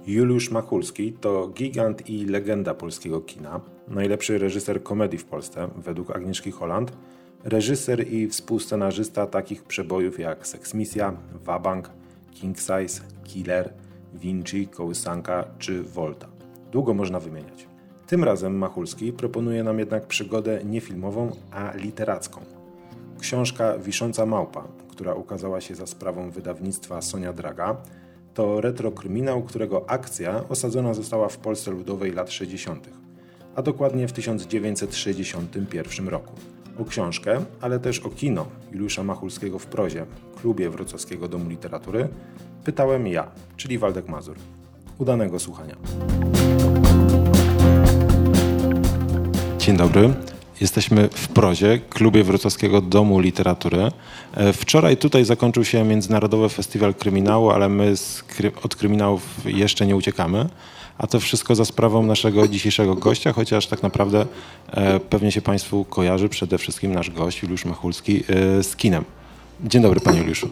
Juliusz Machulski to gigant i legenda polskiego kina, najlepszy reżyser komedii w Polsce według Agnieszki Holland, reżyser i współscenarzysta takich przebojów jak Seksmisja, Wabank, King Size, Killer, Vinci, Kołysanka czy Volta. Długo można wymieniać. Tym razem Machulski proponuje nam jednak przygodę nie filmową, a literacką. Książka Wisząca Małpa, która ukazała się za sprawą wydawnictwa Sonia Draga, to retrokryminał, którego akcja osadzona została w Polsce Ludowej lat 60., a dokładnie w 1961 roku. O książkę, ale też o kino Juliusza Machulskiego w prozie, klubie Wrocławskiego Domu Literatury, pytałem ja, czyli Waldek Mazur. Udanego słuchania. Dzień dobry. Jesteśmy w prozie, klubie Wrocławskiego Domu Literatury. Wczoraj tutaj zakończył się Międzynarodowy Festiwal Kryminału, ale my od kryminałów jeszcze nie uciekamy. A to wszystko za sprawą naszego dzisiejszego gościa, chociaż tak naprawdę pewnie się Państwu kojarzy przede wszystkim nasz gość, Juliusz Machulski, z kinem. Dzień dobry, panie Juliuszu.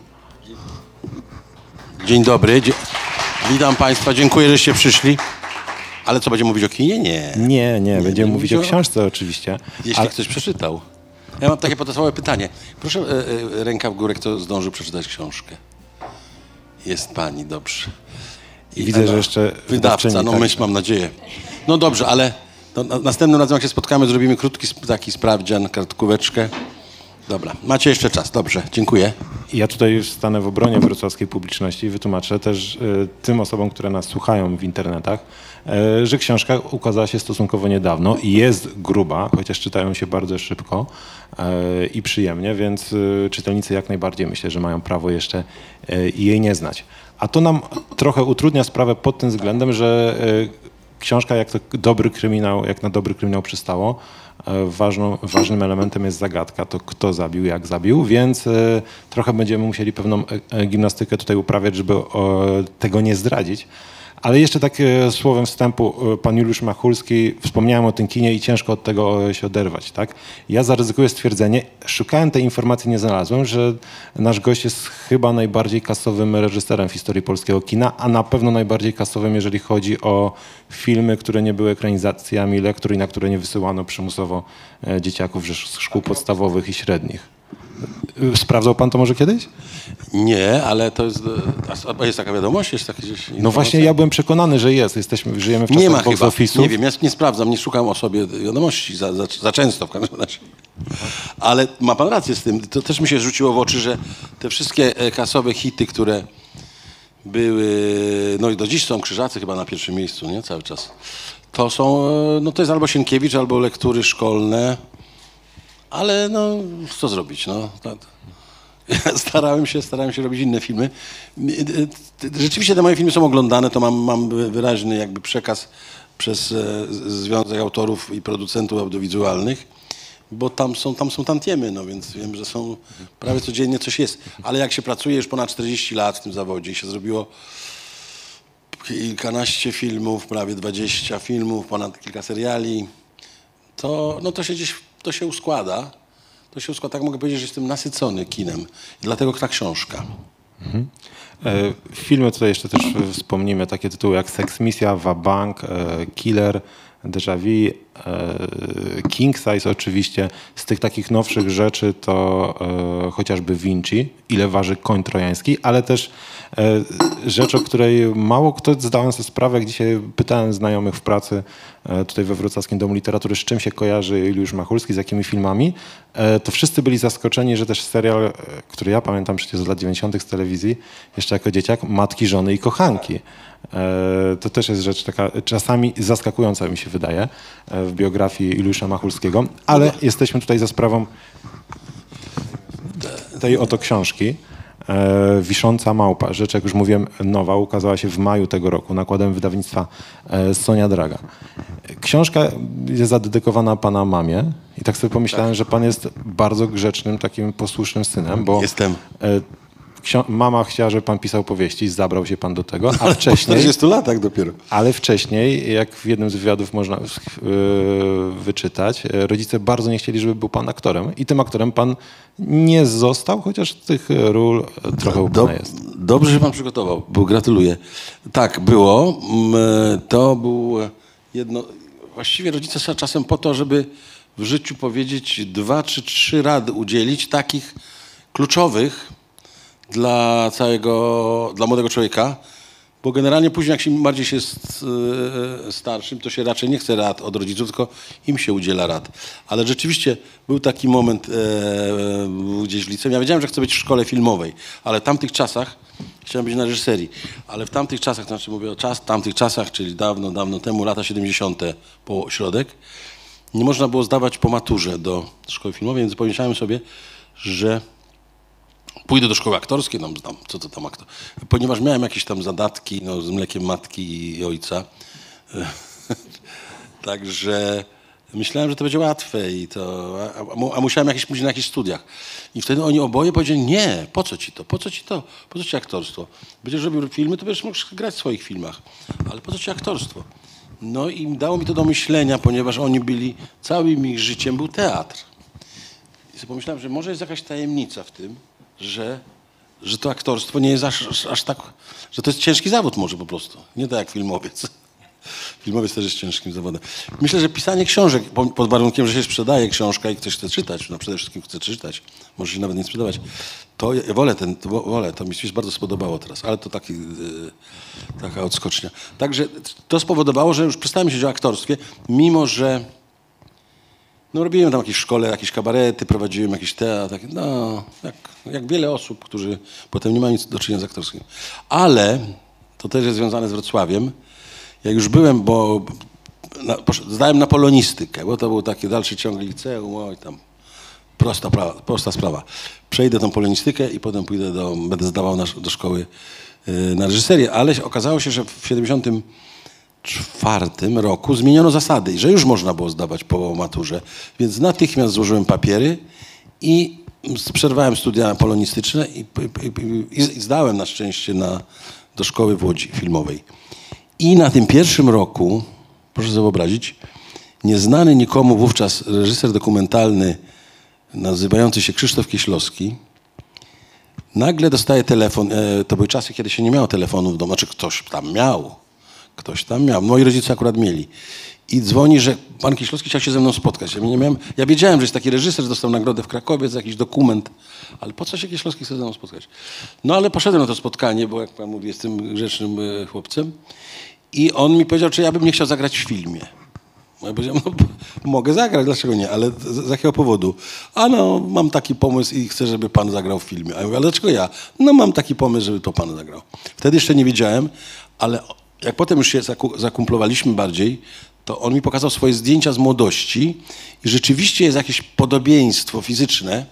Dzień dobry. Witam Państwa, dziękuję, żeście przyszli. Ale co, będziemy mówić o kinie? Nie, będziemy mówić o książce oczywiście. Jeśli ktoś przeczytał. Ja mam takie podstawowe pytanie. Proszę, ręka w górę, kto zdążył przeczytać książkę. Jest pani, dobrze. I widzę, że jeszcze wydawca, myśl, mam nadzieję. No dobrze, ale następnym razem, jak się spotkamy, zrobimy krótki taki sprawdzian, kartkóweczkę. Dobra, macie jeszcze czas. Dobrze, dziękuję. Ja tutaj już stanę w obronie wrocławskiej publiczności i wytłumaczę też tym osobom, które nas słuchają w internetach, że książka ukazała się stosunkowo niedawno i jest gruba, chociaż czytają się bardzo szybko i przyjemnie, więc czytelnicy jak najbardziej myślę, że mają prawo jeszcze jej nie znać. A to nam trochę utrudnia sprawę pod tym względem, że książka jak na dobry kryminał przystało, ważnym elementem jest zagadka, to kto zabił, jak zabił, więc trochę będziemy musieli pewną gimnastykę tutaj uprawiać, żeby tego nie zdradzić. Ale jeszcze tak słowem wstępu, pan Juliusz Machulski, wspomniałem o tym kinie i ciężko od tego się oderwać, tak? Ja zaryzykuję stwierdzenie, szukałem tej informacji, nie znalazłem, że nasz gość jest chyba najbardziej kasowym reżyserem w historii polskiego kina, a na pewno najbardziej kasowym, jeżeli chodzi o filmy, które nie były ekranizacjami lektur i na które nie wysyłano przymusowo dzieciaków z szkół podstawowych i średnich. Sprawdzał pan to może kiedyś? Nie, ale to jest taka wiadomość? Jest takie gdzieś no właśnie, ja byłem przekonany, że jest. Żyjemy w czasach nie ma box chyba. office'ów. Nie wiem, ja nie sprawdzam, nie szukam o sobie wiadomości za często w każdym razie. Ale ma pan rację z tym. To też mi się rzuciło w oczy, że te wszystkie kasowe hity, które były, no i do dziś są Krzyżacy chyba na pierwszym miejscu, nie? Cały czas. To są, no to jest albo Sienkiewicz, albo lektury szkolne. Ale no, co zrobić, no. Starałem się robić inne filmy. Rzeczywiście te moje filmy są oglądane, to mam wyraźny jakby przekaz przez Związek Autorów i Producentów Audiowizualnych, bo tam są tantiemy, no więc wiem, że są prawie codziennie coś jest. Ale jak się pracuje już ponad 40 lat w tym zawodzie i się zrobiło kilkanaście filmów, prawie 20 filmów, ponad kilka seriali, to się gdzieś to się uskłada, tak mogę powiedzieć, że jestem nasycony kinem. I dlatego ta książka. Mhm. Filmy tutaj jeszcze też wspomnimy, takie tytuły jak Seksmisja, Wabank, Killer, Déjà Vu, King Size oczywiście. Z tych takich nowszych rzeczy to chociażby Vinci, Ile waży koń trojański, ale też rzecz, o której mało kto zdałem sobie sprawę, jak dzisiaj pytałem znajomych w pracy tutaj we Wrocławskim Domu Literatury, z czym się kojarzy Juliusz Machulski, z jakimi filmami, to wszyscy byli zaskoczeni, że też serial, który ja pamiętam przecież z lat 90. z telewizji, jeszcze jako dzieciak, Matki, żony i kochanki. To też jest rzecz taka czasami zaskakująca, mi się wydaje, w biografii Juliusza Machulskiego, ale jesteśmy tutaj za sprawą tej oto książki. Wisząca Małpa, rzecz, jak już mówiłem, nowa, ukazała się w maju tego roku nakładem wydawnictwa Sonia Draga. Książka jest zadedykowana pana mamie i tak sobie pomyślałem, że pan jest bardzo grzecznym, takim posłusznym synem, bo Jestem. Mama chciała, żeby pan pisał powieści, zabrał się pan do tego, a Ale wcześniej... po 40 latach dopiero. Ale wcześniej, jak w jednym z wywiadów można wyczytać, rodzice bardzo nie chcieli, żeby był pan aktorem i tym aktorem pan nie został, chociaż tych ról trochę u pana jest. Dobrze, że pan przygotował, bo gratuluję. Tak, było. To był jedno... Właściwie rodzice są czasem po to, żeby w życiu powiedzieć 2 czy 3 rady udzielić, takich kluczowych dla młodego człowieka, bo generalnie później, jak się bardziej się jest starszym, to się raczej nie chce rad od rodziców, tylko im się udziela rad. Ale rzeczywiście był taki moment gdzieś w liceum. Ja wiedziałem, że chcę być w szkole filmowej, ale w tamtych czasach chciałem być na reżyserii. Ale w tamtych czasach, to znaczy mówię o tamtych czasach, czyli dawno, dawno temu, lata 70. po środek, nie można było zdawać po maturze do szkoły filmowej, więc pomyślałem sobie, że pójdę do szkoły aktorskiej, co to tam aktor. Ponieważ miałem jakieś tam zadatki z mlekiem matki i ojca. Także myślałem, że to będzie łatwe, a musiałem pójść na jakichś studiach. I wtedy oni oboje powiedzieli, nie, po co ci to, po co ci aktorstwo? Będziesz robił filmy, to będziesz mógł grać w swoich filmach, ale po co ci aktorstwo? No i dało mi to do myślenia, ponieważ oni całym ich życiem był teatr. I sobie pomyślałem, że może jest jakaś tajemnica w tym, że to aktorstwo nie jest aż tak, że to jest ciężki zawód może po prostu, nie tak jak filmowiec. Filmowiec też jest ciężkim zawodem. Myślę, że pisanie książek, pod warunkiem, że się sprzedaje książka i ktoś chce czytać, no przede wszystkim chce czytać, może się nawet nie sprzedawać, to ja wolę, to mi się bardzo spodobało teraz, ale to taka odskocznia. Także to spowodowało, że już przestałem siedzieć o aktorstwie, mimo że robiłem tam jakieś szkole, jakieś kabarety, prowadziłem jakiś teatr, jak wiele osób, którzy potem nie mają nic do czynienia z aktorskim. Ale to też jest związane z Wrocławiem. Jak już byłem, bo zdałem na polonistykę, bo to był taki dalszy ciąg liceum, oj tam, prosta sprawa. Przejdę tą polonistykę i potem będę zdawał do szkoły na reżyserię, ale okazało się, że w 1974 roku zmieniono zasady i że już można było zdawać po maturze, więc natychmiast złożyłem papiery i przerwałem studia polonistyczne i zdałem na szczęście do szkoły w Łodzi filmowej. I na tym pierwszym roku, proszę sobie wyobrazić, nieznany nikomu wówczas reżyser dokumentalny nazywający się Krzysztof Kieślowski nagle dostaje telefon. To były czasy, kiedy się nie miało telefonu w domu. Znaczy ktoś tam miał. Moi rodzice akurat mieli. I dzwoni, że pan Kieślowski chciał się ze mną spotkać. Ja wiedziałem, że jest taki reżyser, że dostał nagrodę w Krakowie za jakiś dokument. Ale po co się Kieślowski chce ze mną spotkać? No ale poszedłem na to spotkanie, bo jak pan mówi, jestem grzecznym chłopcem. I on mi powiedział, czy ja bym nie chciał zagrać w filmie. Ja powiedziałem, mogę zagrać, dlaczego nie, ale z jakiego powodu? Mam taki pomysł i chcę, żeby pan zagrał w filmie. A ja mówię, ale dlaczego ja? Mam taki pomysł, żeby to pan zagrał. Wtedy jeszcze nie wiedziałem, ale jak potem już się zakumplowaliśmy bardziej, to on mi pokazał swoje zdjęcia z młodości i rzeczywiście jest jakieś podobieństwo fizyczne.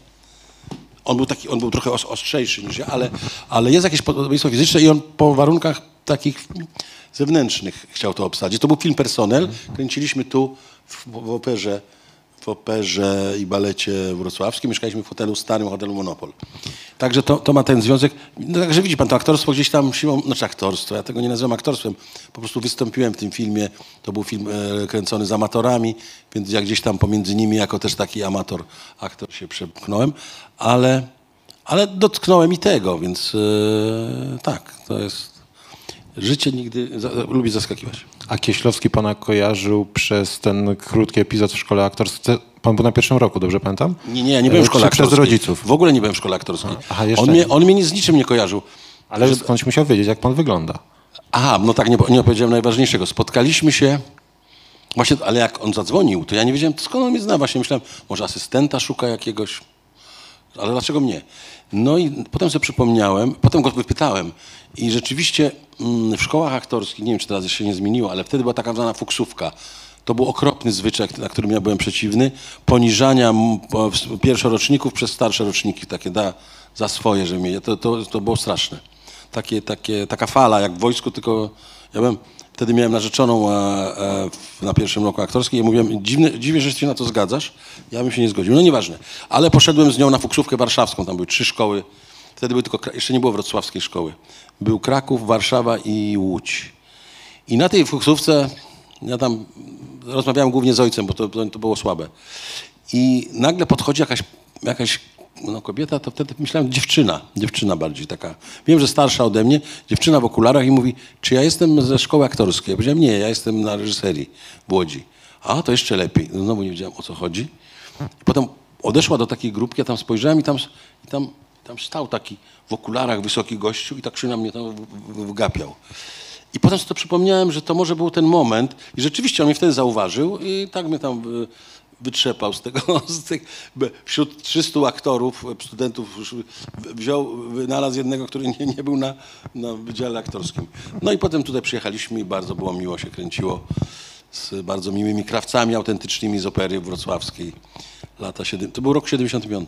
On był trochę ostrzejszy niż ja, ale jest jakieś podobieństwo fizyczne i on po warunkach takich zewnętrznych chciał to obsadzić. To był film Personel. Kręciliśmy tu w operze i balecie wrocławskim. Mieszkaliśmy w starym hotelu Monopol. Także to ma ten związek. Także widzi pan, to aktorstwo gdzieś tam siłą, aktorstwo, ja tego nie nazywam aktorstwem, po prostu wystąpiłem w tym filmie. To był film kręcony z amatorami, więc ja gdzieś tam pomiędzy nimi jako też taki aktor się przepchnąłem, ale dotknąłem i tego, więc tak, to jest... Życie nigdy lubi zaskakiwać. A Kieślowski pana kojarzył przez ten krótki epizod w szkole aktorskiej. Pan był na pierwszym roku, dobrze pamiętam? Nie, ja nie byłem w szkole aktorskiej. Przez rodziców? W ogóle nie byłem w szkole aktorskiej. Aha, jeszcze on mnie z niczym nie kojarzył. Ale skądś musiał wiedzieć, jak pan wygląda. Nie opowiedziałem najważniejszego. Spotkaliśmy się, właśnie, ale jak on zadzwonił, to ja nie wiedziałem, skąd on mnie zna. Właśnie myślałem, może asystenta szuka jakiegoś, ale dlaczego mnie? No i potem sobie przypomniałem, potem go wypytałem i rzeczywiście w szkołach aktorskich, nie wiem, czy teraz się nie zmieniło, ale wtedy była taka zwana fuksówka. To był okropny zwyczaj, na którym ja byłem przeciwny, poniżania pierwszoroczników przez starsze roczniki, takie za swoje, że mnie, to było straszne. Taka fala, jak w wojsku, tylko wtedy miałem narzeczoną na pierwszym roku aktorskim i mówiłem, dziwnie, że się na to zgadzasz, ja bym się nie zgodził. No nieważne, ale poszedłem z nią na fuksówkę warszawską, tam były 3 szkoły, wtedy były jeszcze nie było wrocławskiej szkoły. Był Kraków, Warszawa i Łódź. I na tej fuksówce ja tam rozmawiałem głównie z ojcem, bo to było słabe. I nagle podchodzi jakaś no kobieta, to wtedy myślałem dziewczyna bardziej taka. Wiem, że starsza ode mnie, dziewczyna w okularach i mówi, czy ja jestem ze szkoły aktorskiej? Ja powiedziałem, nie, ja jestem na reżyserii w Łodzi. A, to jeszcze lepiej. No, znowu nie wiedziałem, o co chodzi. I potem odeszła do takiej grupki, ja tam spojrzałem i tam stał taki w okularach wysoki gościu i tak się na mnie tam wgapiał. I potem sobie to przypomniałem, że to może był ten moment i rzeczywiście on mnie wtedy zauważył i tak mnie tam wytrzepał z tego, wśród 300 aktorów, studentów wynalazł jednego, który nie był na wydziale aktorskim. No i potem tutaj przyjechaliśmy i bardzo było miło, się kręciło z bardzo miłymi krawcami autentycznymi z opery wrocławskiej. To był rok 75.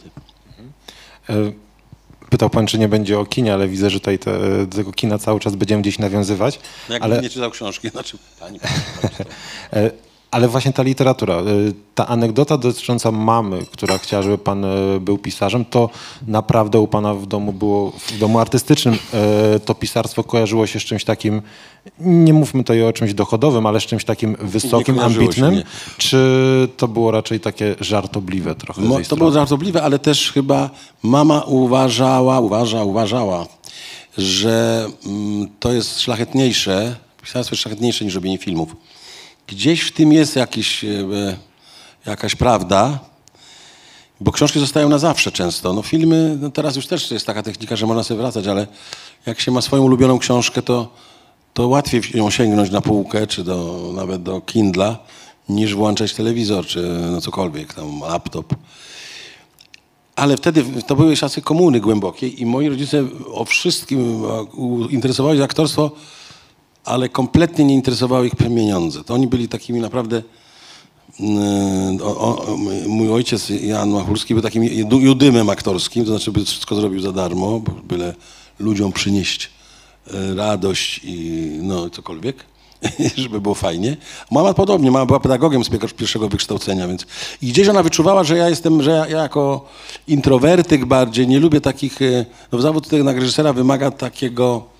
Pytał pan, czy nie będzie o kinie, ale widzę, że tutaj do tego kina cały czas będziemy gdzieś nawiązywać. No jakbym nie czytał książki, znaczy pani. Ale właśnie ta literatura, ta anegdota dotycząca mamy, która chciała, żeby pan był pisarzem, to naprawdę u pana w domu było, w domu artystycznym to pisarstwo kojarzyło się z czymś takim, nie mówmy tutaj o czymś dochodowym, ale z czymś takim wysokim, ambitnym, czy to było raczej takie żartobliwe trochę? To było żartobliwe, ale też chyba mama uważała, że to jest szlachetniejsze, pisarstwo jest szlachetniejsze niż robienie filmów. Gdzieś w tym jest jakaś prawda, bo książki zostają na zawsze często. No filmy, no teraz już też jest taka technika, że można sobie wracać, ale jak się ma swoją ulubioną książkę, to łatwiej ją sięgnąć na półkę, czy nawet do Kindla, niż włączać telewizor, czy no cokolwiek, tam laptop. Ale wtedy to były czasy komuny głębokiej i moi rodzice o wszystkim interesowali się aktorstwo, ale kompletnie nie interesowały ich pieniądze. To oni byli takimi naprawdę... mój ojciec, Jan Machulski, był takim judymem aktorskim, to znaczy by wszystko zrobił za darmo, byle ludziom przynieść radość i no cokolwiek, żeby było fajnie. Mama podobnie, mama była pedagogiem z pierwszego wykształcenia, więc i gdzieś ona wyczuwała, że ja jako introwertyk bardziej nie lubię takich... No zawód tego reżysera wymaga takiego...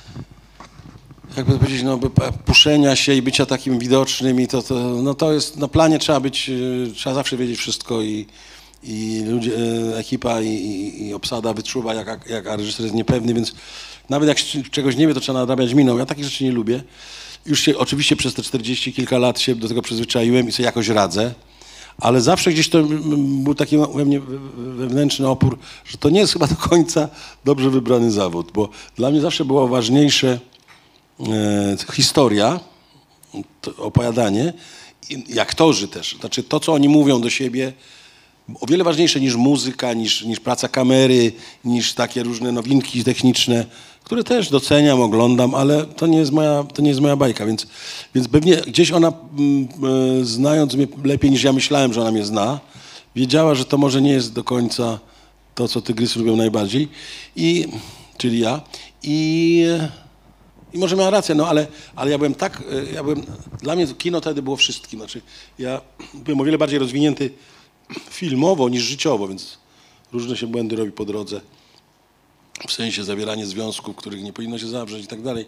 jakby powiedzieć, no, puszczenia się i bycia takim widocznym i to jest, na planie trzeba zawsze wiedzieć wszystko i ludzie, ekipa i obsada wyczuwa, jak reżyser jest niepewny, więc nawet jak czegoś nie wie, to trzeba nadrabiać miną. Ja takich rzeczy nie lubię. Już się oczywiście przez te 40 kilka lat się do tego przyzwyczaiłem i sobie jakoś radzę, ale zawsze gdzieś to był taki we mnie wewnętrzny opór, że to nie jest chyba do końca dobrze wybrany zawód, bo dla mnie zawsze było ważniejsze historia, opowiadanie i aktorzy też. Znaczy to, co oni mówią do siebie, o wiele ważniejsze niż muzyka, niż praca kamery, niż takie różne nowinki techniczne, które też doceniam, oglądam, ale to nie jest moja bajka, więc pewnie gdzieś ona, znając mnie lepiej niż ja myślałem, że ona mnie zna, wiedziała, że to może nie jest do końca to, co tygrysy lubią najbardziej, czyli ja. I może miała rację, no ale dla mnie kino wtedy było wszystkim. Znaczy, ja byłem o wiele bardziej rozwinięty filmowo niż życiowo, więc różne się błędy robi po drodze. W sensie zawieranie związków, których nie powinno się zawrzeć i tak dalej.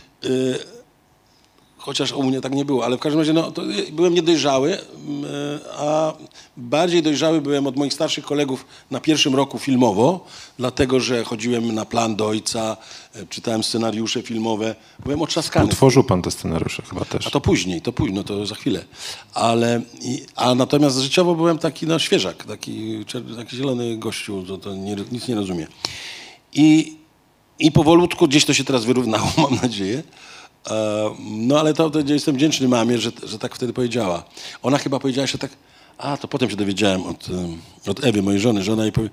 Chociaż u mnie tak nie było, ale w każdym razie no, to byłem niedojrzały, a bardziej dojrzały byłem od moich starszych kolegów na pierwszym roku filmowo, dlatego że chodziłem na plan do ojca, czytałem scenariusze filmowe, byłem otrzaskany. Utworzył pan te scenariusze chyba też. A to później, to za chwilę. A natomiast życiowo byłem taki no, świeżak, taki zielony gościu, nic nie rozumie. I powolutku gdzieś to się teraz wyrównało, mam nadzieję. No ale to jestem wdzięczny mamie, że tak wtedy powiedziała. Ona chyba powiedziała się tak, to potem się dowiedziałem od Ewy, mojej żony,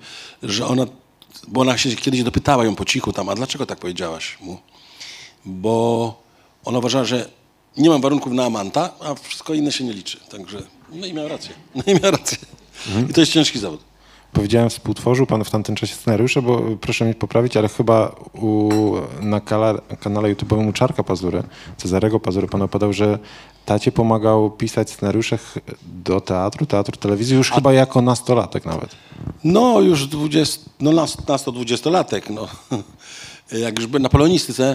bo ona się kiedyś dopytała ją po cichu tam, a dlaczego tak powiedziałaś mu? Bo ona uważała, że nie mam warunków na amanta, a wszystko inne się nie liczy. Także, no i miała rację. I to jest ciężki zawód. Powiedziałem, współtworzył pan w tamtym czasie scenariusze, bo proszę mnie poprawić, ale chyba na kanale YouTube'owym u Czarka Pazury, Cezarego Pazury, pan opowiadał, że tacie pomagał pisać scenariusze do teatru, telewizji, już chyba jako nastolatek nawet. No już 20-latek. No. Jak już byłem na polonistyce,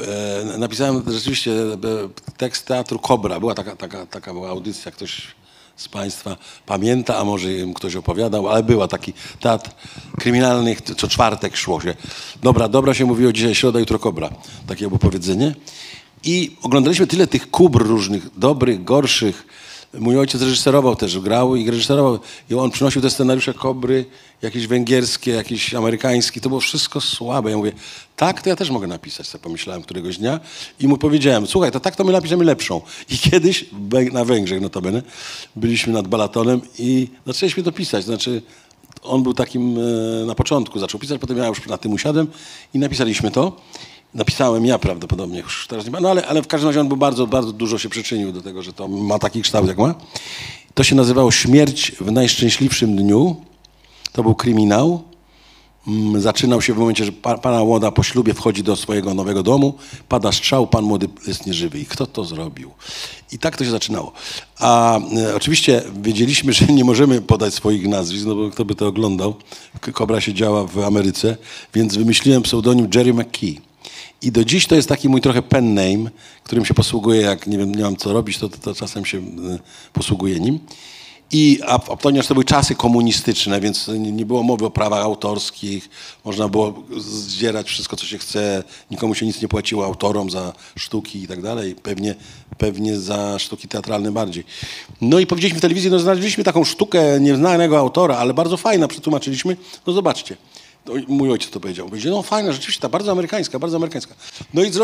napisałem rzeczywiście tekst teatru Kobra. Była taka była audycja, ktoś z Państwa pamięta, a może im ktoś opowiadał, ale była taki teatr kryminalny, co czwartek szło się. Dobra się mówiło, dzisiaj środa, jutro kobra. Takie było powiedzenie. I oglądaliśmy tyle tych kubr różnych, dobrych, gorszych. Mój ojciec reżyserował też, grał i reżyserował. I on przynosił te scenariusze kobry, jakieś węgierskie, jakieś amerykańskie. To było wszystko słabe. Ja mówię, tak, to ja też mogę napisać, sobie pomyślałem któregoś dnia. I mu powiedziałem, słuchaj, to tak to my napiszemy lepszą. I kiedyś na Węgrzech notabene byliśmy nad Balatonem i zaczęliśmy to pisać. Znaczy, on był takim na początku, zaczął pisać, potem ja już na tym usiadłem i napisaliśmy to. Napisałem ja prawdopodobnie, już teraz nie ma, no ale w każdym razie on był bardzo, bardzo dużo się przyczynił do tego, że to ma taki kształt, jak ma. To się nazywało Śmierć w najszczęśliwszym dniu. To był kryminał. Zaczynał się w momencie, że pana młoda po ślubie wchodzi do swojego nowego domu, pada strzał, pan młody jest nieżywy. I kto to zrobił? I tak to się zaczynało. A oczywiście wiedzieliśmy, że nie możemy podać swoich nazwisk, no bo kto by to oglądał. Kobra się działa w Ameryce, więc wymyśliłem pseudonim Jerry McKee. I do dziś to jest taki mój trochę pen name, którym się posługuję, jak nie wiem, nie mam co robić, to czasem się posługuję nim. A ponieważ to były czasy komunistyczne, więc nie było mowy o prawach autorskich, można było zdzierać wszystko, co się chce, nikomu się nic nie płaciło, autorom za sztuki i tak dalej, pewnie za sztuki teatralne bardziej. No i powiedzieliśmy w telewizji, no znaleźliśmy taką sztukę nieznanego autora, ale bardzo fajna, przetłumaczyliśmy, no zobaczcie. No, mój ojciec to powiedział. Powiedział, no fajna, rzeczywiście, ta bardzo amerykańska, bardzo amerykańska. No i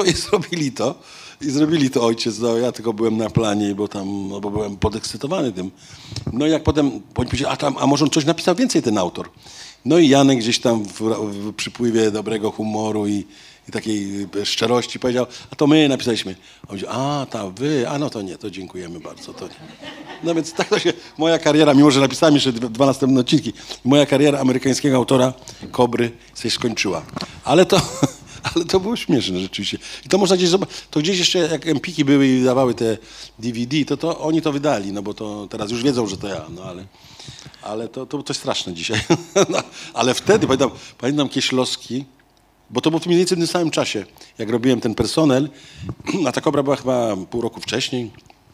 zrobili to ojciec, no ja tylko byłem na planie, bo byłem podekscytowany tym. No i jak potem powiedział, a może on coś napisał więcej ten autor. No i Janek gdzieś tam w przypływie dobrego humoru i takiej szczerości powiedział, a to my napisaliśmy. On powiedział, no to nie, to dziękujemy bardzo, to nie. No więc tak to się, moja kariera, mimo że napisałem jeszcze 2 następne odcinki, moja kariera amerykańskiego autora Kobry się skończyła. Ale to było śmieszne rzeczywiście. I to można gdzieś zobaczyć, to gdzieś jeszcze jak Empiki były i dawały te DVD, to oni to wydali, no bo to teraz już wiedzą, że to ja, no ale to jest straszne dzisiaj. No, ale wtedy, pamiętam Kieślowski, bo to było mniej więcej w tym samym czasie, jak robiłem ten personel, a ta Kobra była chyba pół roku wcześniej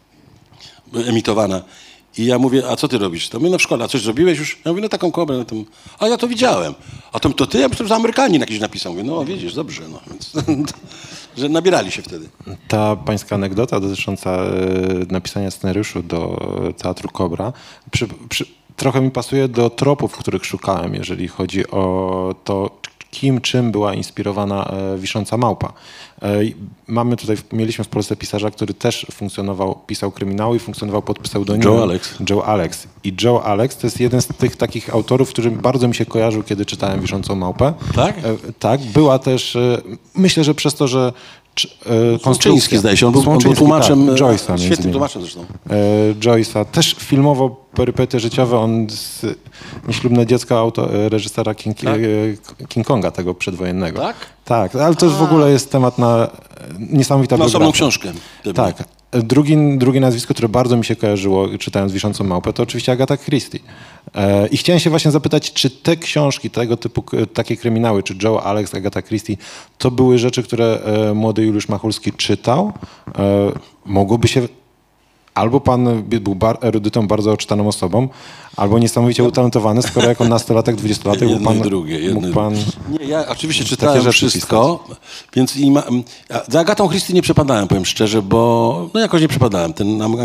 emitowana. I ja mówię, a co ty robisz? To my na szkole, a coś zrobiłeś już? Ja mówię, no taką Kobrę. A ja to widziałem. A to ty? Ja myślałem, że Amerykanin jakiś napisał. Mówię, no widzisz, dobrze. No. Więc, że nabierali się wtedy. Ta pańska anegdota dotycząca napisania scenariuszu do Teatru Kobra trochę mi pasuje do tropów, których szukałem, jeżeli chodzi o to, czym była inspirowana Wisząca Małpa. Mieliśmy w Polsce pisarza, który też pisał kryminały i funkcjonował pod pseudonimem Joe Alex. I Joe Alex to jest jeden z tych takich autorów, który bardzo mi się kojarzył, kiedy czytałem Wiszącą Małpę. Tak? Tak, była też, myślę, że przez to, że Słomczyński, zdaje się, on był tłumaczem, tak, Joyce'a. Świetnym tłumaczem zresztą. Joyce'a. Też filmowo perypety życiowe. On Nieślubne dziecko reżysera King Konga, tego przedwojennego. Tak? Tak, ale to już w ogóle jest temat na niesamowita biografia. osobną książkę. Tak. Drugie nazwisko, które bardzo mi się kojarzyło, czytając Wiszącą Małpę, to oczywiście Agatha Christie. I chciałem się właśnie zapytać, czy te książki, tego typu, takie kryminały, czy Joe Alex, Agatha Christie, to były rzeczy, które młody Juliusz Machulski czytał? Mogłoby się... Albo pan był erudytą, bardzo odczytaną osobą, albo niesamowicie utalentowany, skoro jako nastolatek, 20-latek mógł pan... Nie, ja oczywiście czytałem wszystko, więc za Agatą Christie nie przepadałem, powiem szczerze, bo jakoś nie przepadałem.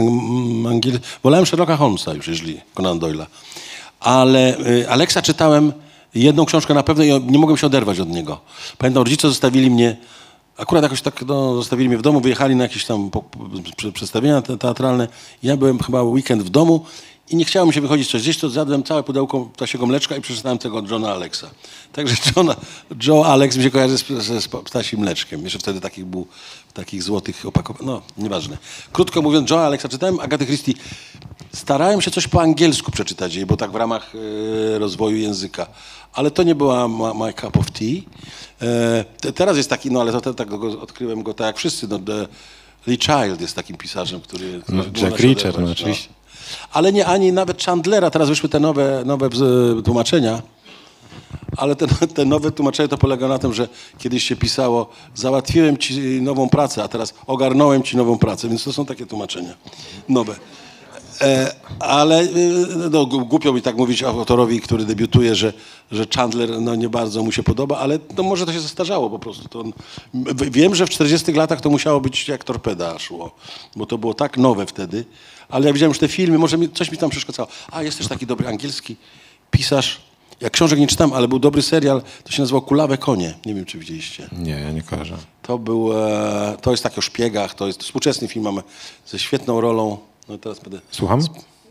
Wolałem Sherlocka Holmesa już, jeżeli Conan Doyle'a. Ale Alexa czytałem jedną książkę na pewno i nie mogłem się oderwać od niego. Pamiętam, rodzice zostawili mnie, akurat jakoś tak zostawili mnie w domu, wyjechali na jakieś tam przedstawienia teatralne. Ja byłem chyba weekend w domu i nie chciało mi się wychodzić coś zjeść, to zjadłem całe pudełko ptasiego mleczka i przeczytałem tego Johna Alexa. Także Joe Alex mi się kojarzy z ptasim mleczkiem. Jeszcze wtedy był w takich złotych opakowaniach. No, nieważne. Krótko mówiąc, Joe Alexa czytałem, Agaty Christie. Starałem się coś po angielsku przeczytać jej, bo tak w ramach rozwoju języka. Ale to nie była my cup of tea. Teraz jest taki, ale odkryłem go tak jak wszyscy. Lee Child jest takim pisarzem, który... Jack Reacher, oczywiście. Ale nie ani nawet Chandlera. Teraz wyszły te nowe tłumaczenia. Ale te nowe tłumaczenie to polega na tym, że kiedyś się pisało załatwiłem ci nową pracę, a teraz ogarnąłem ci nową pracę. Więc to są takie tłumaczenia nowe. Ale no, głupio mi tak mówić autorowi, który debiutuje, że Chandler no, nie bardzo mu się podoba, ale no, może to się zestarzało po prostu. To wiem, że w 40 latach to musiało być jak torpeda szło, bo to było tak nowe wtedy, ale jak widziałem już te filmy, może coś mi tam przeszkadzało. A jest też taki dobry angielski pisarz, ja książek nie czytam, ale był dobry serial, to się nazywał Kulawe konie. Nie wiem, czy widzieliście. Nie, ja nie kojarzę. To jest tak o szpiegach, to jest współczesny film, mamy ze świetną rolą. No teraz będę... Słucham?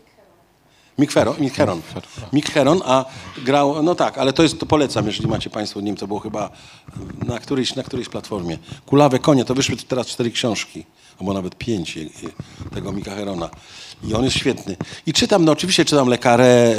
Mick Herron, a grał, no tak, ale to polecam, jeżeli macie państwo, nie wiem, to było chyba na którejś platformie. Kulawe konie, to wyszły teraz 4 książki, albo nawet 5 tego Micka Herrona. I on jest świetny. I czytam, no oczywiście czytam Le Carré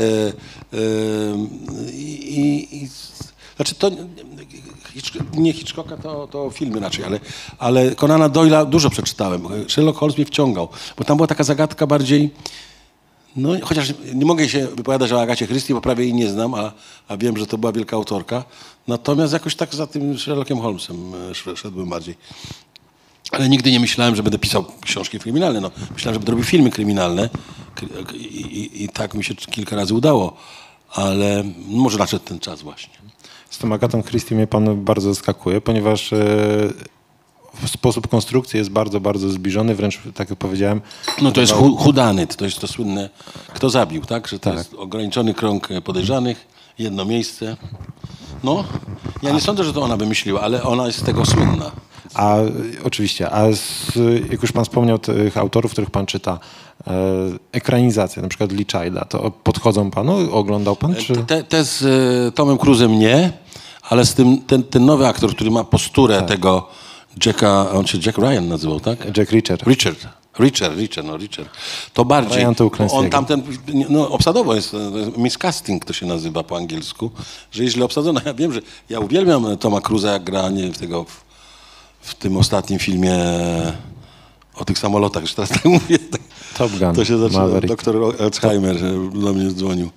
znaczy to nie Hitchcocka, to filmy raczej, ale Conana Doyle'a dużo przeczytałem. Sherlock Holmes mnie wciągał, bo tam była taka zagadka bardziej, no chociaż nie mogę się wypowiadać o Agacie Christie, bo prawie jej nie znam, a wiem, że to była wielka autorka. Natomiast jakoś tak za tym Sherlockiem Holmesem szedłem bardziej. Ale nigdy nie myślałem, że będę pisał książki kryminalne. No, myślałem, że będę robił filmy kryminalne i tak mi się kilka razy udało, ale może nadszedł ten czas właśnie. Z tą Agatą Christie mnie pan bardzo zaskakuje, ponieważ sposób konstrukcji jest bardzo, bardzo zbliżony, wręcz tak jak powiedziałem. No to jest whodunit, to jest to słynne, kto zabił, tak? Że to Tak. jest ograniczony krąg podejrzanych, jedno miejsce. No, ja nie sądzę, że to ona wymyśliła, ale ona jest z tego słynna. Oczywiście, jak już pan wspomniał tych autorów, których pan czyta, ekranizacje, na przykład Lee Childa, to podchodzą panu? Oglądał pan? Czy... Te z Tomem Cruise'em nie, ale z tym, ten nowy aktor, który ma posturę tego Jacka, on się Jack Ryan nazywał, tak? Jack Reacher. Richard. To bardziej. Ryan to Uklęskiego. On tamten, no obsadowo jest miscasting to się nazywa po angielsku, że jest źle obsadzona. Ja wiem, że ja uwielbiam Toma Cruise'a, jak gra w tym ostatnim filmie o tych samolotach, że teraz tak mówię. Top Gun, To się zaczyna, Maverick. doktor Alzheimer do mnie dzwonił.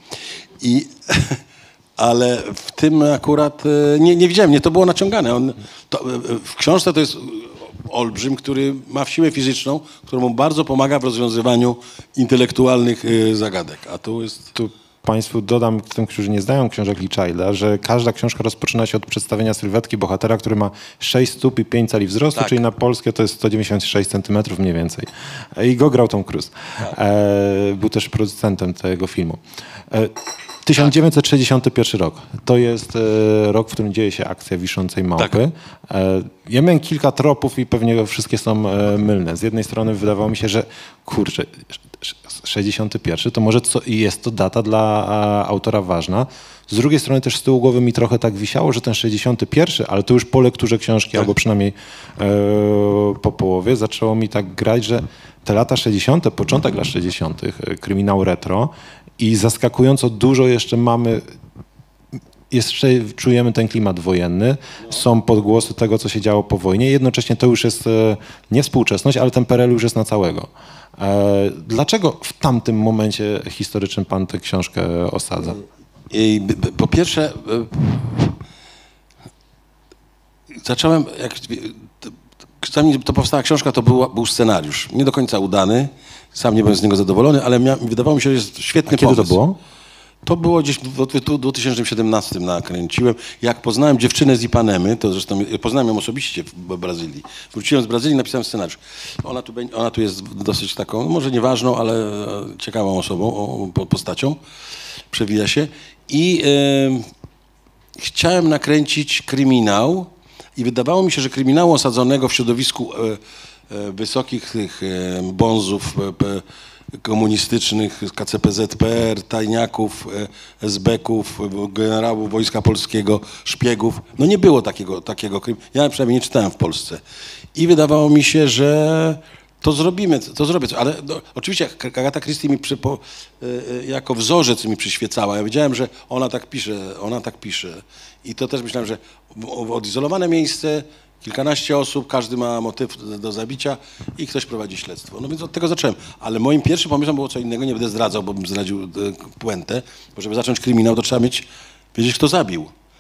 Ale w tym akurat nie widziałem, nie to było naciągane. W książce to jest olbrzym, który ma siłę fizyczną, która mu bardzo pomaga w rozwiązywaniu intelektualnych zagadek. A tu jest... Tu państwu dodam, tym, którzy nie znają książek Lee Childa, że każda książka rozpoczyna się od przedstawienia sylwetki bohatera, który ma 6 stóp i 5 cali wzrostu, Tak. czyli na polskie to jest 196 centymetrów mniej więcej. I go grał Tom Cruise. Był też producentem tego filmu. 1961 rok. To jest rok, w którym dzieje się akcja Wiszącej Małpy. Ja miałem kilka tropów i pewnie wszystkie są mylne. Z jednej strony wydawało mi się, że kurczę, 61 to może jest to data dla autora ważna. Z drugiej strony też z tyłu głowy mi trochę tak wisiało, że ten 61, ale to już po lekturze książki, albo przynajmniej po połowie, zaczęło mi tak grać, że te lata 60., początek lat 60., kryminał retro i zaskakująco dużo jeszcze mamy, jeszcze czujemy ten klimat wojenny, są podgłosy tego, co się działo po wojnie. Jednocześnie to już jest nie współczesność, ale ten PRL już jest na całego. Dlaczego w tamtym momencie historycznym pan tę książkę osadza? Po pierwsze, zacząłem, zanim to powstała książka, to był scenariusz. Nie do końca udany, sam nie byłem z niego zadowolony, ale wydawało mi się, że jest świetny Kiedy pomysł. to było? To było gdzieś w 2017 nakręciłem. Jak poznałem dziewczynę z Ipanemy, to zresztą poznałem ją osobiście w Brazylii. Wróciłem z Brazylii, napisałem scenariusz. Ona tu jest dosyć taką, może nieważną, ale ciekawą osobą, postacią. Przewija się. I chciałem nakręcić kryminał i wydawało mi się, że kryminału osadzonego w środowisku wysokich tych bonzów komunistycznych, KCPZPR, tajniaków, SB-ków, generałów Wojska Polskiego, szpiegów. No nie było takiego kryminału. Ja przynajmniej nie czytałem w Polsce. I wydawało mi się, że to zrobię. Ale no, oczywiście Agata Christie mi jako wzorzec mi przyświecała. Ja wiedziałem, że ona tak pisze. I to też myślałem, że odizolowane miejsce, kilkanaście osób, każdy ma motyw do zabicia i ktoś prowadzi śledztwo. No więc od tego zacząłem. Ale moim pierwszym pomysłem było co innego, nie będę zdradzał, bo bym zdradził puentę, bo żeby zacząć kryminał, to trzeba wiedzieć, kto zabił.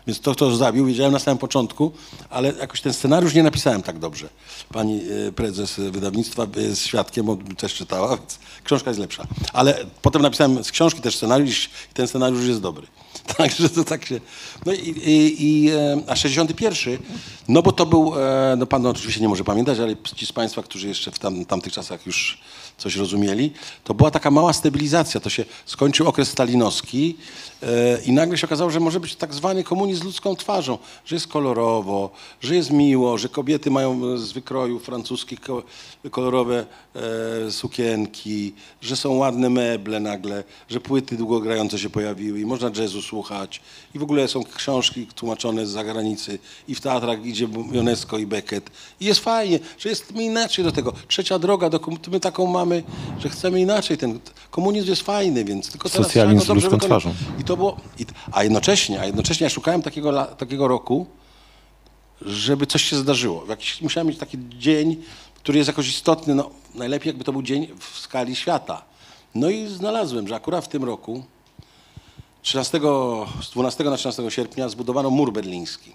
Więc to, kto zabił, wiedziałem na samym początku, ale jakoś ten scenariusz nie napisałem tak dobrze. Pani prezes wydawnictwa jest świadkiem, bo też czytała, więc książka jest lepsza. Ale potem napisałem z książki też scenariusz i ten scenariusz jest dobry. Także to tak się... No a 61, no bo to był, no pan oczywiście nie może pamiętać, ale ci z państwa, którzy jeszcze w tamtych czasach już coś rozumieli, to była taka mała stabilizacja. To się skończył okres stalinowski i nagle się okazało, że może być tak zwany komunizm z ludzką twarzą, że jest kolorowo, że jest miło, że kobiety mają z wykroju francuskich kolorowe sukienki, że są ładne meble nagle, że płyty długogrające się pojawiły i można jazzu słuchać i w ogóle są książki tłumaczone z zagranicy i w teatrach idzie Ionesco i Beckett i jest fajnie, że jest inaczej do tego. Trzecia droga, my taką mamy, że chcemy inaczej. Ten komunizm jest fajny, więc tylko teraz Socjalizm trzeba go z dobrze ludzką wykonać. twarzą. I to było, a jednocześnie ja szukałem takiego roku, żeby coś się zdarzyło. Musiałem mieć taki dzień, który jest jakoś istotny, no najlepiej jakby to był dzień w skali świata. No i znalazłem, że akurat w tym roku, z 12 na 13 sierpnia zbudowano mur berliński.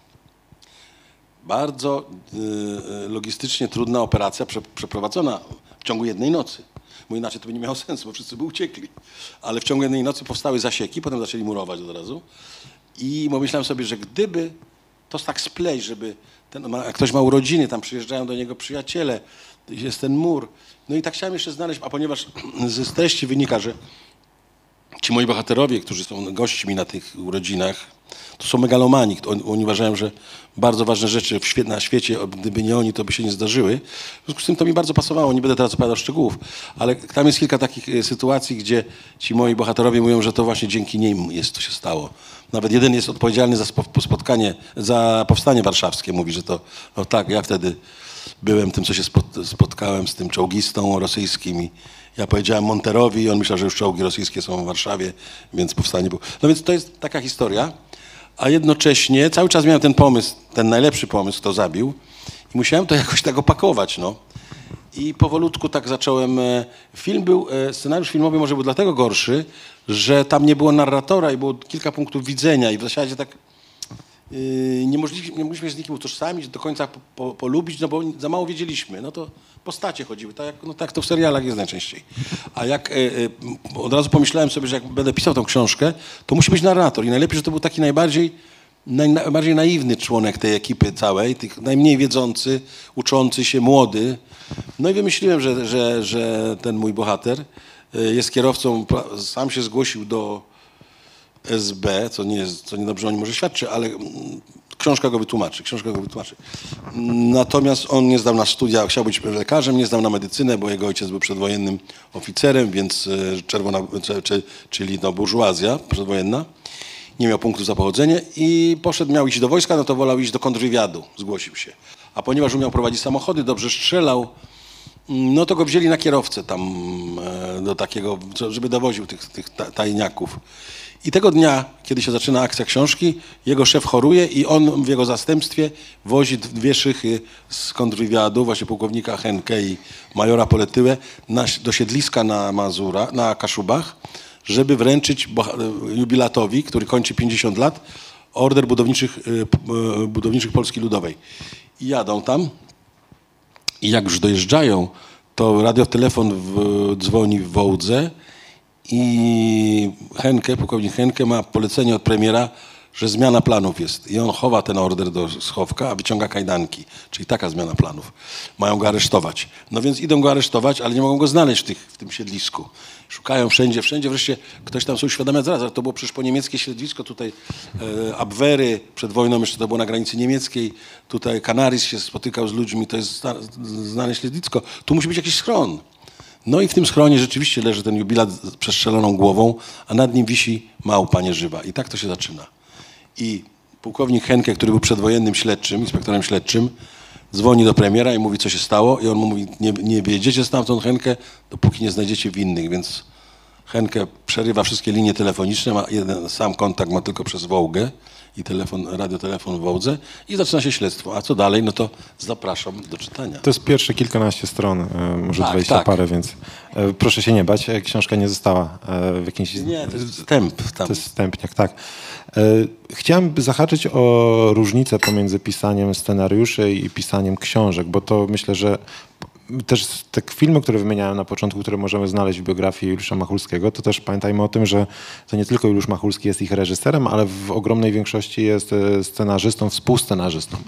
Bardzo logistycznie trudna operacja przeprowadzona w ciągu jednej nocy. Bo inaczej to by nie miało sensu, bo wszyscy by uciekli. Ale w ciągu jednej nocy powstały zasieki, potem zaczęli murować od razu. I pomyślałem sobie, że gdyby to tak spleść, żeby jak ktoś ma urodziny, tam przyjeżdżają do niego przyjaciele, jest ten mur. No i tak chciałem jeszcze znaleźć, a ponieważ z treści wynika, że ci moi bohaterowie, którzy są gośćmi na tych urodzinach, to są megalomani. Oni uważają, że bardzo ważne rzeczy na świecie, gdyby nie oni, to by się nie zdarzyły. W związku z tym to mi bardzo pasowało. Nie będę teraz opowiadał szczegółów, ale tam jest kilka takich sytuacji, gdzie ci moi bohaterowie mówią, że to właśnie dzięki nim to się stało. Nawet jeden jest odpowiedzialny za powstanie warszawskie. Mówi, że to, no tak, ja wtedy byłem tym, co się spotkałem z tym czołgistą rosyjskim i ja powiedziałem Monterowi i on myślał, że już czołgi rosyjskie są w Warszawie, więc powstanie było. No więc to jest taka historia, a jednocześnie cały czas miałem ten pomysł, ten najlepszy pomysł, kto zabił i musiałem to jakoś tak opakować, no. I powolutku tak zacząłem. Scenariusz filmowy może był dlatego gorszy, że tam nie było narratora i było kilka punktów widzenia i w zasadzie tak nie mogliśmy się z nikim utożsamić, do końca polubić, no bo za mało wiedzieliśmy. No to postacie chodziły, tak to w serialach jest najczęściej. A jak od razu pomyślałem sobie, że jak będę pisał tą książkę, to musi być narrator i najlepiej, że to był taki najbardziej naiwny członek tej ekipy całej, tych najmniej wiedzący, uczący się, młody. No i wymyśliłem, że ten mój bohater jest kierowcą, sam się zgłosił do SB, co niedobrze o nim może świadczy, ale książka go wytłumaczy. Natomiast on nie zdał na studia, chciał być lekarzem, nie zdał na medycynę, bo jego ojciec był przedwojennym oficerem, więc czyli burżuazja przedwojenna. Nie miał punktu za pochodzenie i miał iść do wojska, no to wolał iść do kontrwywiadu, zgłosił się. A ponieważ umiał prowadzić samochody, dobrze strzelał, no to go wzięli na kierowcę tam do takiego, żeby dowoził tych tajniaków. I tego dnia, kiedy się zaczyna akcja książki, jego szef choruje i on w jego zastępstwie wozi dwie szychy z kontrwywiadu, właśnie pułkownika Henke i majora Poletyłę, do siedliska na Kaszubach, żeby wręczyć jubilatowi, który kończy 50 lat, order budowniczych Polski Ludowej. I jadą tam i jak już dojeżdżają, to radiotelefon dzwoni w Wołdze i pułkownik Henke ma polecenie od premiera, że zmiana planów jest. I on chowa ten order do schowka, a wyciąga kajdanki. Czyli taka zmiana planów. Mają go aresztować. No więc idą go aresztować, ale nie mogą go znaleźć w tym siedlisku. Szukają wszędzie. Wreszcie ktoś tam sobie uświadamia, zaraz, to było przecież po niemieckie siedlisko, tutaj Abwehry, przed wojną jeszcze to było na granicy niemieckiej, tutaj Canaris się spotykał z ludźmi, to jest znane siedlisko. Tu musi być jakiś schron. No i w tym schronie rzeczywiście leży ten jubilat z przestrzeloną głową, a nad nim wisi małpa nieżywa. I tak to się zaczyna. I pułkownik Henke, który był przedwojennym śledczym, inspektorem śledczym, dzwoni do premiera i mówi, co się stało. I on mu mówi, nie wyjedziecie stamtąd, Henke, dopóki nie znajdziecie winnych. Więc Henke przerywa wszystkie linie telefoniczne, ma jeden sam kontakt ma tylko przez Wołgę i radiotelefon w Wołdze i zaczyna się śledztwo. A co dalej? No to zapraszam do czytania. To jest pierwsze kilkanaście stron, może Tak, 20 tak. parę, więc proszę się nie bać, książka nie została w jakimś... Nie, to jest wstęp tam. To jest wstępniak, tak. Chciałem zahaczyć o różnicę pomiędzy pisaniem scenariuszy i pisaniem książek, bo to myślę, że też te filmy, które wymieniałem na początku, które możemy znaleźć w biografii Juliusza Machulskiego, to też pamiętajmy o tym, że to nie tylko Juliusz Machulski jest ich reżyserem, ale w ogromnej większości jest scenarzystą, współscenarzystą.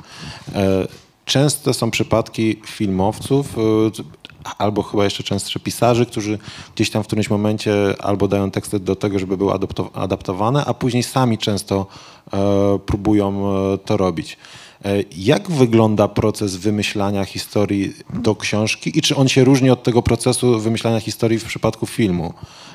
Często są przypadki filmowców, albo chyba jeszcze częstsze pisarzy, którzy gdzieś tam w którymś momencie albo dają teksty do tego, żeby były adaptowane, a później sami często próbują to robić. Jak wygląda proces wymyślania historii do książki i czy on się różni od tego procesu wymyślania historii w przypadku filmu?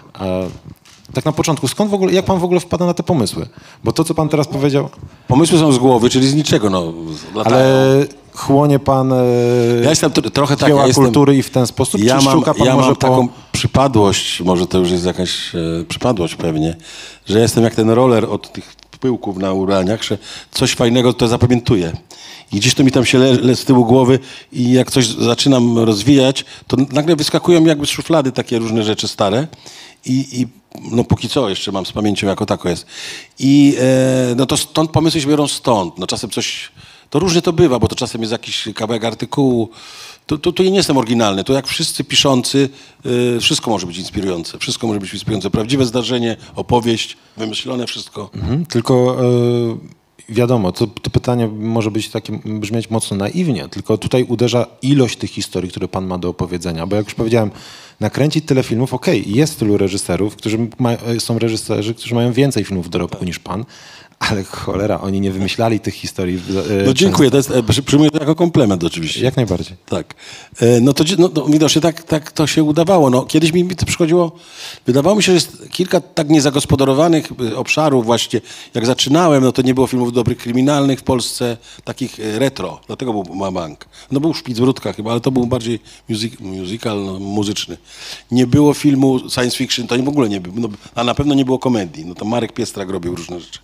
Tak na początku, skąd w ogóle, jak pan w ogóle wpada na te pomysły? Bo to, co pan teraz powiedział... Pomysły są z głowy, czyli z niczego. No, Ale chłonie pan ja jestem trochę tak, dzieła kultury i w ten sposób, czy szuka pan ja może mam po... taką przypadłość, może to już jest jakaś przypadłość pewnie, że jestem jak ten roller od tych pyłków na uraniach, że coś fajnego to zapamiętuję. I gdzieś to mi tam się le z tyłu głowy i jak coś zaczynam rozwijać, to nagle wyskakują jakby z szuflady takie różne rzeczy stare i no póki co jeszcze mam z pamięcią jako tako jest. I no to stąd pomysły się biorą stąd. No czasem coś, to różnie to bywa, bo to czasem jest jakiś kawałek artykułu. Tu ja nie jestem oryginalny. Tu jak wszyscy piszący, wszystko może być inspirujące. Wszystko może być inspirujące. Prawdziwe zdarzenie, opowieść, wymyślone wszystko. Tylko wiadomo, to pytanie może być takie, brzmieć mocno naiwnie, tylko tutaj uderza ilość tych historii, które pan ma do opowiedzenia, bo jak już powiedziałem, nakręcić tyle filmów, jest tylu reżyserów, są reżyserzy, którzy mają więcej filmów w dorobku niż pan, ale cholera, oni nie wymyślali tych historii. No dziękuję, to jest, przyjmuję to jako komplement oczywiście. Jak najbardziej. Tak. No to widocznie tak to się udawało. No, kiedyś mi to przychodziło, wydawało mi się, że jest kilka tak niezagospodarowanych obszarów właśnie. Jak zaczynałem, no to nie było filmów dobrych kryminalnych w Polsce, takich retro. Dlatego był Mabank. No był Szpicbródka chyba, ale to był bardziej musical, no, muzyczny. Nie było filmu science fiction, to w ogóle nie było. No, a na pewno nie było komedii. No to Marek Piestrak robił różne rzeczy.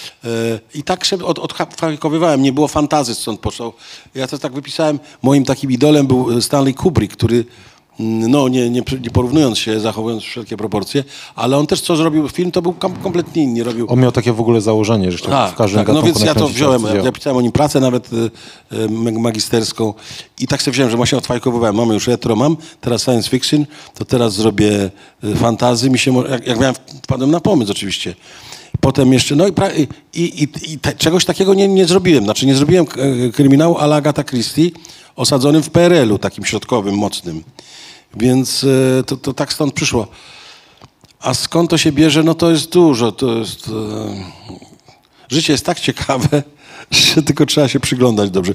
I tak się odfabrykowyałem, nie było fantazy, stąd poszło. Ja to tak wypisałem, moim takim idolem był Stanley Kubrick, który, no nie porównując się, zachowując wszelkie proporcje, ale on też co zrobił film, to był kompletnie inny. Robił... On miał takie w ogóle założenie, że w każdym gatunku no więc ja to nakręcić wziąłem, akcję. ja pisałem o nim pracę nawet magisterską i tak sobie wziąłem, że właśnie odfajkowywałem, mamy już retro, mam teraz science fiction, to teraz zrobię fantazy, jak miałem, wpadłem na pomysł oczywiście. Potem jeszcze, no i czegoś takiego nie zrobiłem. Znaczy nie zrobiłem kryminału à la Agatha Christie osadzonym w PRL-u, takim środkowym, mocnym. Więc to tak stąd przyszło. A skąd to się bierze? No to jest dużo. To jest... Życie jest tak ciekawe, że tylko trzeba się przyglądać dobrze.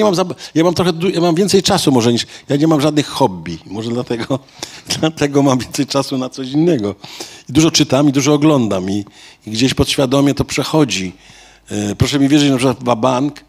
Ja mam więcej czasu może niż... Ja nie mam żadnych hobby. Może dlatego mam więcej czasu na coś innego. I dużo czytam i dużo oglądam i gdzieś podświadomie to przechodzi. Proszę mi wierzyć, na przykład Mabank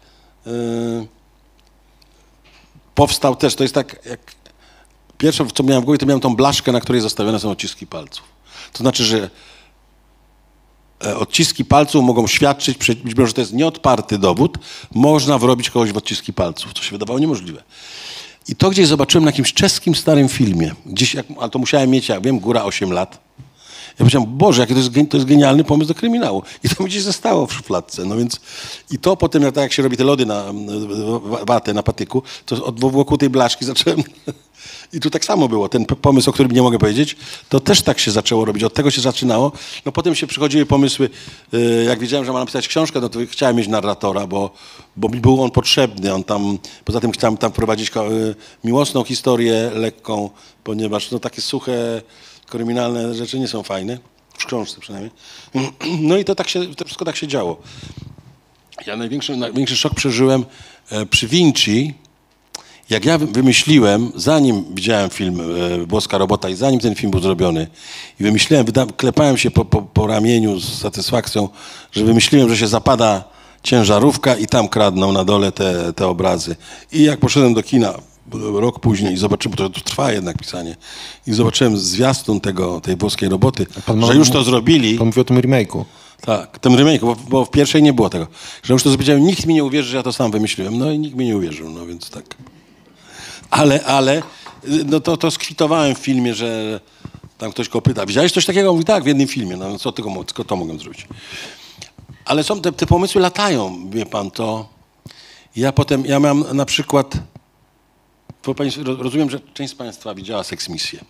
powstał też, to jest tak jak... Pierwsze, co miałem w głowie, to miałem tą blaszkę, na której zostawione są odciski palców. To znaczy, że odciski palców mogą świadczyć, że to jest nieodparty dowód, można wrobić kogoś w odciski palców, co się wydawało niemożliwe. I to gdzieś zobaczyłem na jakimś czeskim starym filmie, ale to musiałem mieć, jak wiem, góra 8 lat. Ja powiedziałem, Boże, jaki to jest genialny pomysł do kryminału. I to mi gdzieś zostało w szufladce. No więc i to potem, jak się robi te lody na watę, na patyku, to wokół tej blaszki zacząłem... I tu tak samo było. Ten pomysł, o którym nie mogę powiedzieć, to też tak się zaczęło robić. Od tego się zaczynało. No potem się przychodziły pomysły. Jak wiedziałem, że mam napisać książkę, no to chciałem mieć narratora, bo mi był on potrzebny. Poza tym chciałem tam wprowadzić miłosną historię lekką, ponieważ no takie suche, kryminalne rzeczy nie są fajne. W książce przynajmniej. No i to wszystko tak się działo. Ja największy szok przeżyłem przy Vinci. Jak ja wymyśliłem, zanim widziałem film Włoska robota i zanim ten film był zrobiony i wymyśliłem, klepałem się po ramieniu z satysfakcją, że wymyśliłem, że się zapada ciężarówka i tam kradną na dole te obrazy. I jak poszedłem do kina rok później i zobaczyłem, bo to trwa jednak pisanie, i zobaczyłem zwiastun tej włoskiej roboty, że już to zrobili. Pan mówi o tym remake'u. Tak, tym remake'u, bo w pierwszej nie było tego. Że już to powiedziałem, nikt mi nie uwierzy, że ja to sam wymyśliłem. No i nikt mi nie uwierzył, no więc tak. Ale no to skwitowałem w filmie, że tam ktoś go pyta, widziałeś coś takiego? Mówi, tak, w jednym filmie, no co tylko to mogłem zrobić. Ale są te pomysły latają, wie pan, to... Ja mam na przykład... Rozumiem, że część z państwa widziała Seksmisję.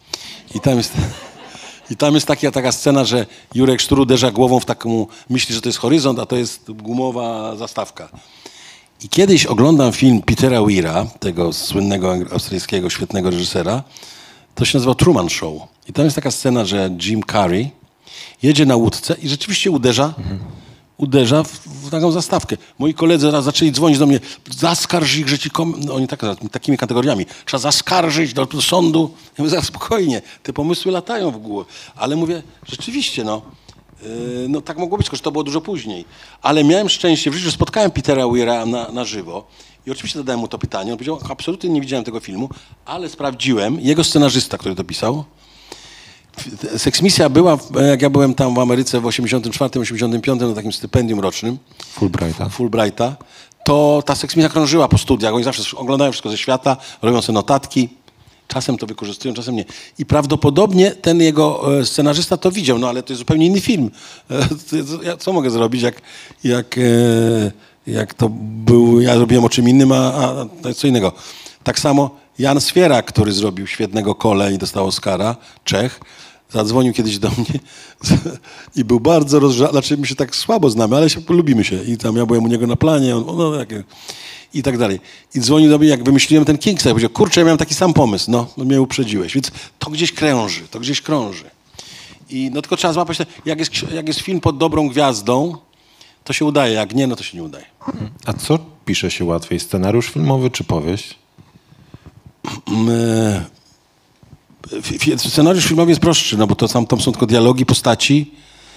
I tam jest taka scena, że Jurek Sztur uderza głową w taką... Myśli, że to jest horyzont, a to jest gumowa zastawka. I kiedyś oglądam film Petera Weira, tego słynnego australijskiego, świetnego reżysera. To się nazywa Truman Show. I tam jest taka scena, że Jim Carrey jedzie na łódce i rzeczywiście uderza w taką zastawkę. Moi koledzy raz zaczęli dzwonić do mnie, zaskarż ich, że no, oni takimi kategoriami. Trzeba zaskarżyć do sądu. Ja mówię, spokojnie, te pomysły latają w głowę. Ale mówię, rzeczywiście, no tak mogło być, tylko że to było dużo później. Ale miałem szczęście, w życiu spotkałem Petera Weira na żywo i oczywiście zadałem mu to pytanie. On powiedział, absolutnie nie widziałem tego filmu, ale sprawdziłem, jego scenarzysta, który to pisał, Seksmisja była, jak ja byłem tam w Ameryce w 84, 85 na takim stypendium rocznym. Fulbrighta. To ta seksmisja krążyła po studiach. Oni zawsze oglądają wszystko ze świata, robią sobie notatki. Czasem to wykorzystują, czasem nie. I prawdopodobnie ten jego scenarzysta to widział, no ale to jest zupełnie inny film. Co mogę zrobić, jak to był, ja robiłem o czym innym, a to jest co innego. Tak samo Jan Swierak, który zrobił świetnego Kole i dostał Oscara, Czech, zadzwonił kiedyś do mnie i był bardzo rozżalony, znaczy my się tak słabo znamy, ale lubimy się. I tam ja byłem u niego na planie, i tak dalej. I dzwonił do mnie, jak wymyśliłem ten Kingsa, i powiedział, kurczę, ja miałem taki sam pomysł, no mnie uprzedziłeś. Więc to gdzieś krąży. I no tylko trzeba złapać, jak jest film pod dobrą gwiazdą, to się udaje, jak nie, no to się nie udaje. A co pisze się łatwiej, scenariusz filmowy czy powieść? Scenariusz filmowy jest prostszy, no bo tam są tylko dialogi, postaci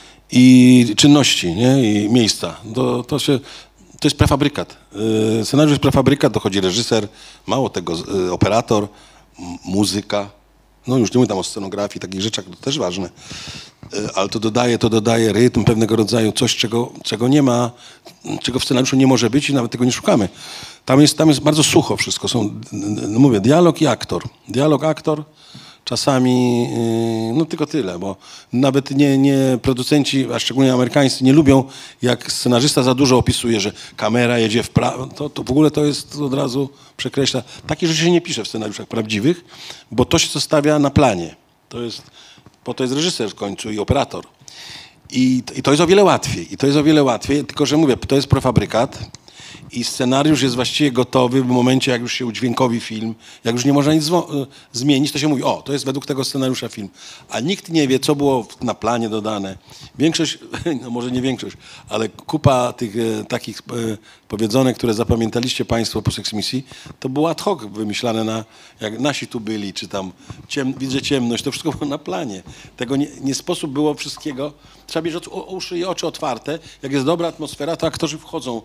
i czynności, nie? I miejsca. To jest prefabrykat. Scenariusz jest prefabrykat, dochodzi reżyser, mało tego, operator, muzyka. No już nie mówię tam o scenografii, takich rzeczach, to też ważne. Ale to dodaje rytm pewnego rodzaju, coś, czego nie ma, czego w scenariuszu nie może być i nawet tego nie szukamy. Tam jest bardzo sucho wszystko. Mówię, dialog i aktor. Dialog, aktor, czasami, no tylko tyle, bo nawet nie producenci, a szczególnie amerykańscy, nie lubią, jak scenarzysta za dużo opisuje, że kamera jedzie w prawo, to w ogóle to jest od razu przekreśla. Takie rzeczy się nie pisze w scenariuszach prawdziwych, bo to się zostawia na planie. Po to jest reżyser w końcu i operator. I to jest o wiele łatwiej. Tylko że mówię, to jest prefabrykat i scenariusz jest właściwie gotowy w momencie, jak już się udźwiękowi film, jak już nie można nic zmienić, to się mówi, to jest według tego scenariusza film. A nikt nie wie, co było na planie dodane. Większość, no może nie większość, ale kupa tych takich powiedzonek, które zapamiętaliście państwo po Seksmisji, to było ad hoc wymyślane jak nasi tu byli, czy tam widzę ciemność, to wszystko było na planie. Tego nie sposób było wszystkiego. Trzeba mieć uszy i oczy otwarte. Jak jest dobra atmosfera, to aktorzy wchodzą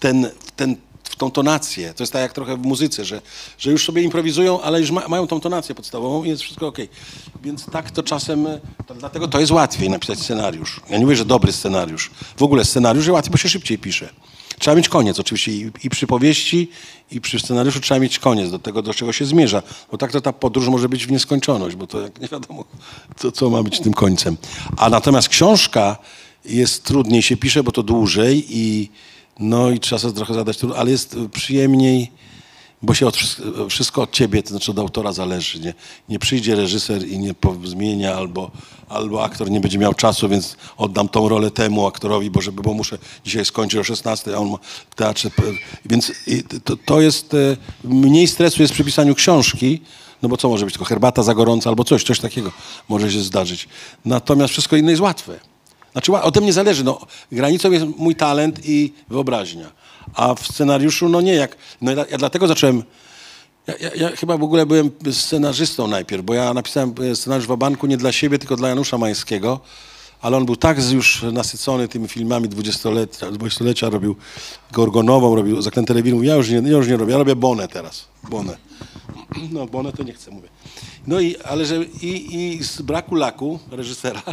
w tą tonację. To jest tak jak trochę w muzyce, że już sobie improwizują, ale już mają tą tonację podstawową i jest wszystko okej. Więc tak to czasem, dlatego to jest łatwiej napisać scenariusz. Ja nie mówię, że dobry scenariusz. W ogóle scenariusz jest łatwiej, bo się szybciej pisze. Trzeba mieć koniec oczywiście i przy powieści, i przy scenariuszu trzeba mieć koniec do tego, do czego się zmierza. Bo tak to ta podróż może być w nieskończoność, bo to jak nie wiadomo, co ma być tym końcem. A natomiast książka jest trudniej się pisze, bo to dłużej i trzeba sobie trochę zadać trud, ale jest przyjemniej, bo się wszystko od ciebie, to znaczy od autora zależy. Nie przyjdzie reżyser i nie zmienia, albo aktor nie będzie miał czasu, więc oddam tą rolę temu aktorowi, bo muszę dzisiaj skończyć o 16, a on ma w teatrze. Więc to jest, mniej stresu jest przy pisaniu książki, no bo co może być, tylko herbata za gorąca albo coś takiego może się zdarzyć. Natomiast wszystko inne jest łatwe. Znaczy ode mnie zależy, granicą jest mój talent i wyobraźnia, a w scenariuszu nie, ja dlatego zacząłem, ja chyba w ogóle byłem scenarzystą najpierw, bo ja napisałem scenariusz Wabanku nie dla siebie, tylko dla Janusza Majskiego, ale on był tak już nasycony tymi filmami 20-lecia, robił Gorgonową, robił Zaklęte Rewiry, ja już nie robię, ja robię Bonę teraz, Bonę. No Bonę to nie chcę, mówię. I z braku laku reżysera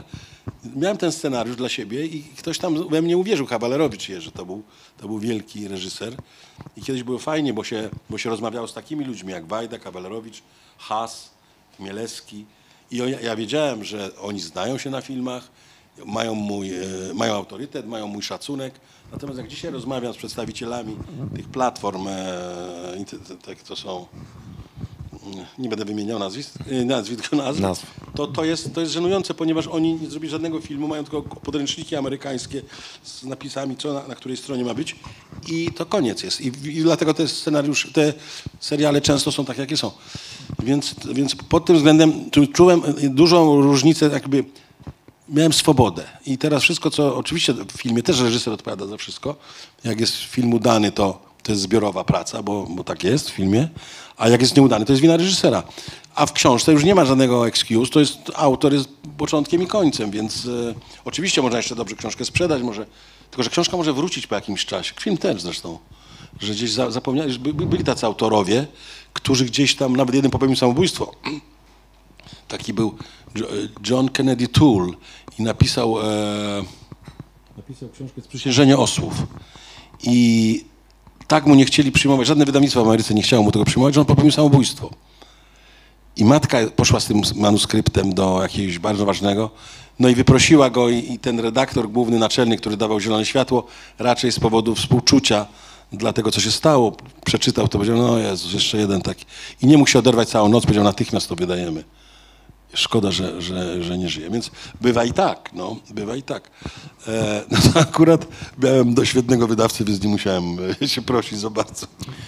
miałem ten scenariusz dla siebie i ktoś tam we mnie uwierzył, Kawalerowicz Jerzy, to był wielki reżyser. I kiedyś było fajnie, bo się rozmawiało z takimi ludźmi jak Wajda, Kawalerowicz, Haas, Chmielewski. I ja wiedziałem, że oni znają się na filmach, mają autorytet, mają mój szacunek. Natomiast jak dzisiaj rozmawiam z przedstawicielami tych platform, to są, nie będę wymieniał nazwisk, tylko nazw. To jest żenujące, ponieważ oni nie zrobili żadnego filmu, mają tylko podręczniki amerykańskie z napisami, co na której stronie ma być i to koniec jest. I dlatego te seriale często są takie, jakie są. Więc pod tym względem czułem dużą różnicę, jakby miałem swobodę. I teraz wszystko, co oczywiście w filmie też reżyser odpowiada za wszystko. Jak jest film udany, to jest zbiorowa praca, bo tak jest w filmie, a jak jest nieudany, to jest wina reżysera. A w książce już nie ma żadnego excuse, to jest autor jest początkiem i końcem, więc oczywiście można jeszcze dobrze książkę sprzedać, tylko że książka może wrócić po jakimś czasie. Film też zresztą, że gdzieś zapomnieli, że byli tacy autorowie, którzy gdzieś tam, nawet jeden popełnił samobójstwo. Taki był John Kennedy Toole i napisał książkę Sprzysiężenie osłów. I tak mu nie chcieli przyjmować, żadne wydawnictwo w Ameryce nie chciało mu tego przyjmować, że on popełnił samobójstwo. I matka poszła z tym manuskryptem do jakiegoś bardzo ważnego, no i wyprosiła go i ten redaktor główny, naczelny, który dawał zielone światło, raczej z powodu współczucia dla tego, co się stało, przeczytał to, powiedział, no Jezus, jeszcze jeden taki. I nie mógł się oderwać całą noc, powiedział, natychmiast to wydajemy. Szkoda, że nie żyje. Więc bywa i tak, no, bywa i tak. No to akurat miałem do świetnego wydawcy, więc nie musiałem się prosić za bardzo.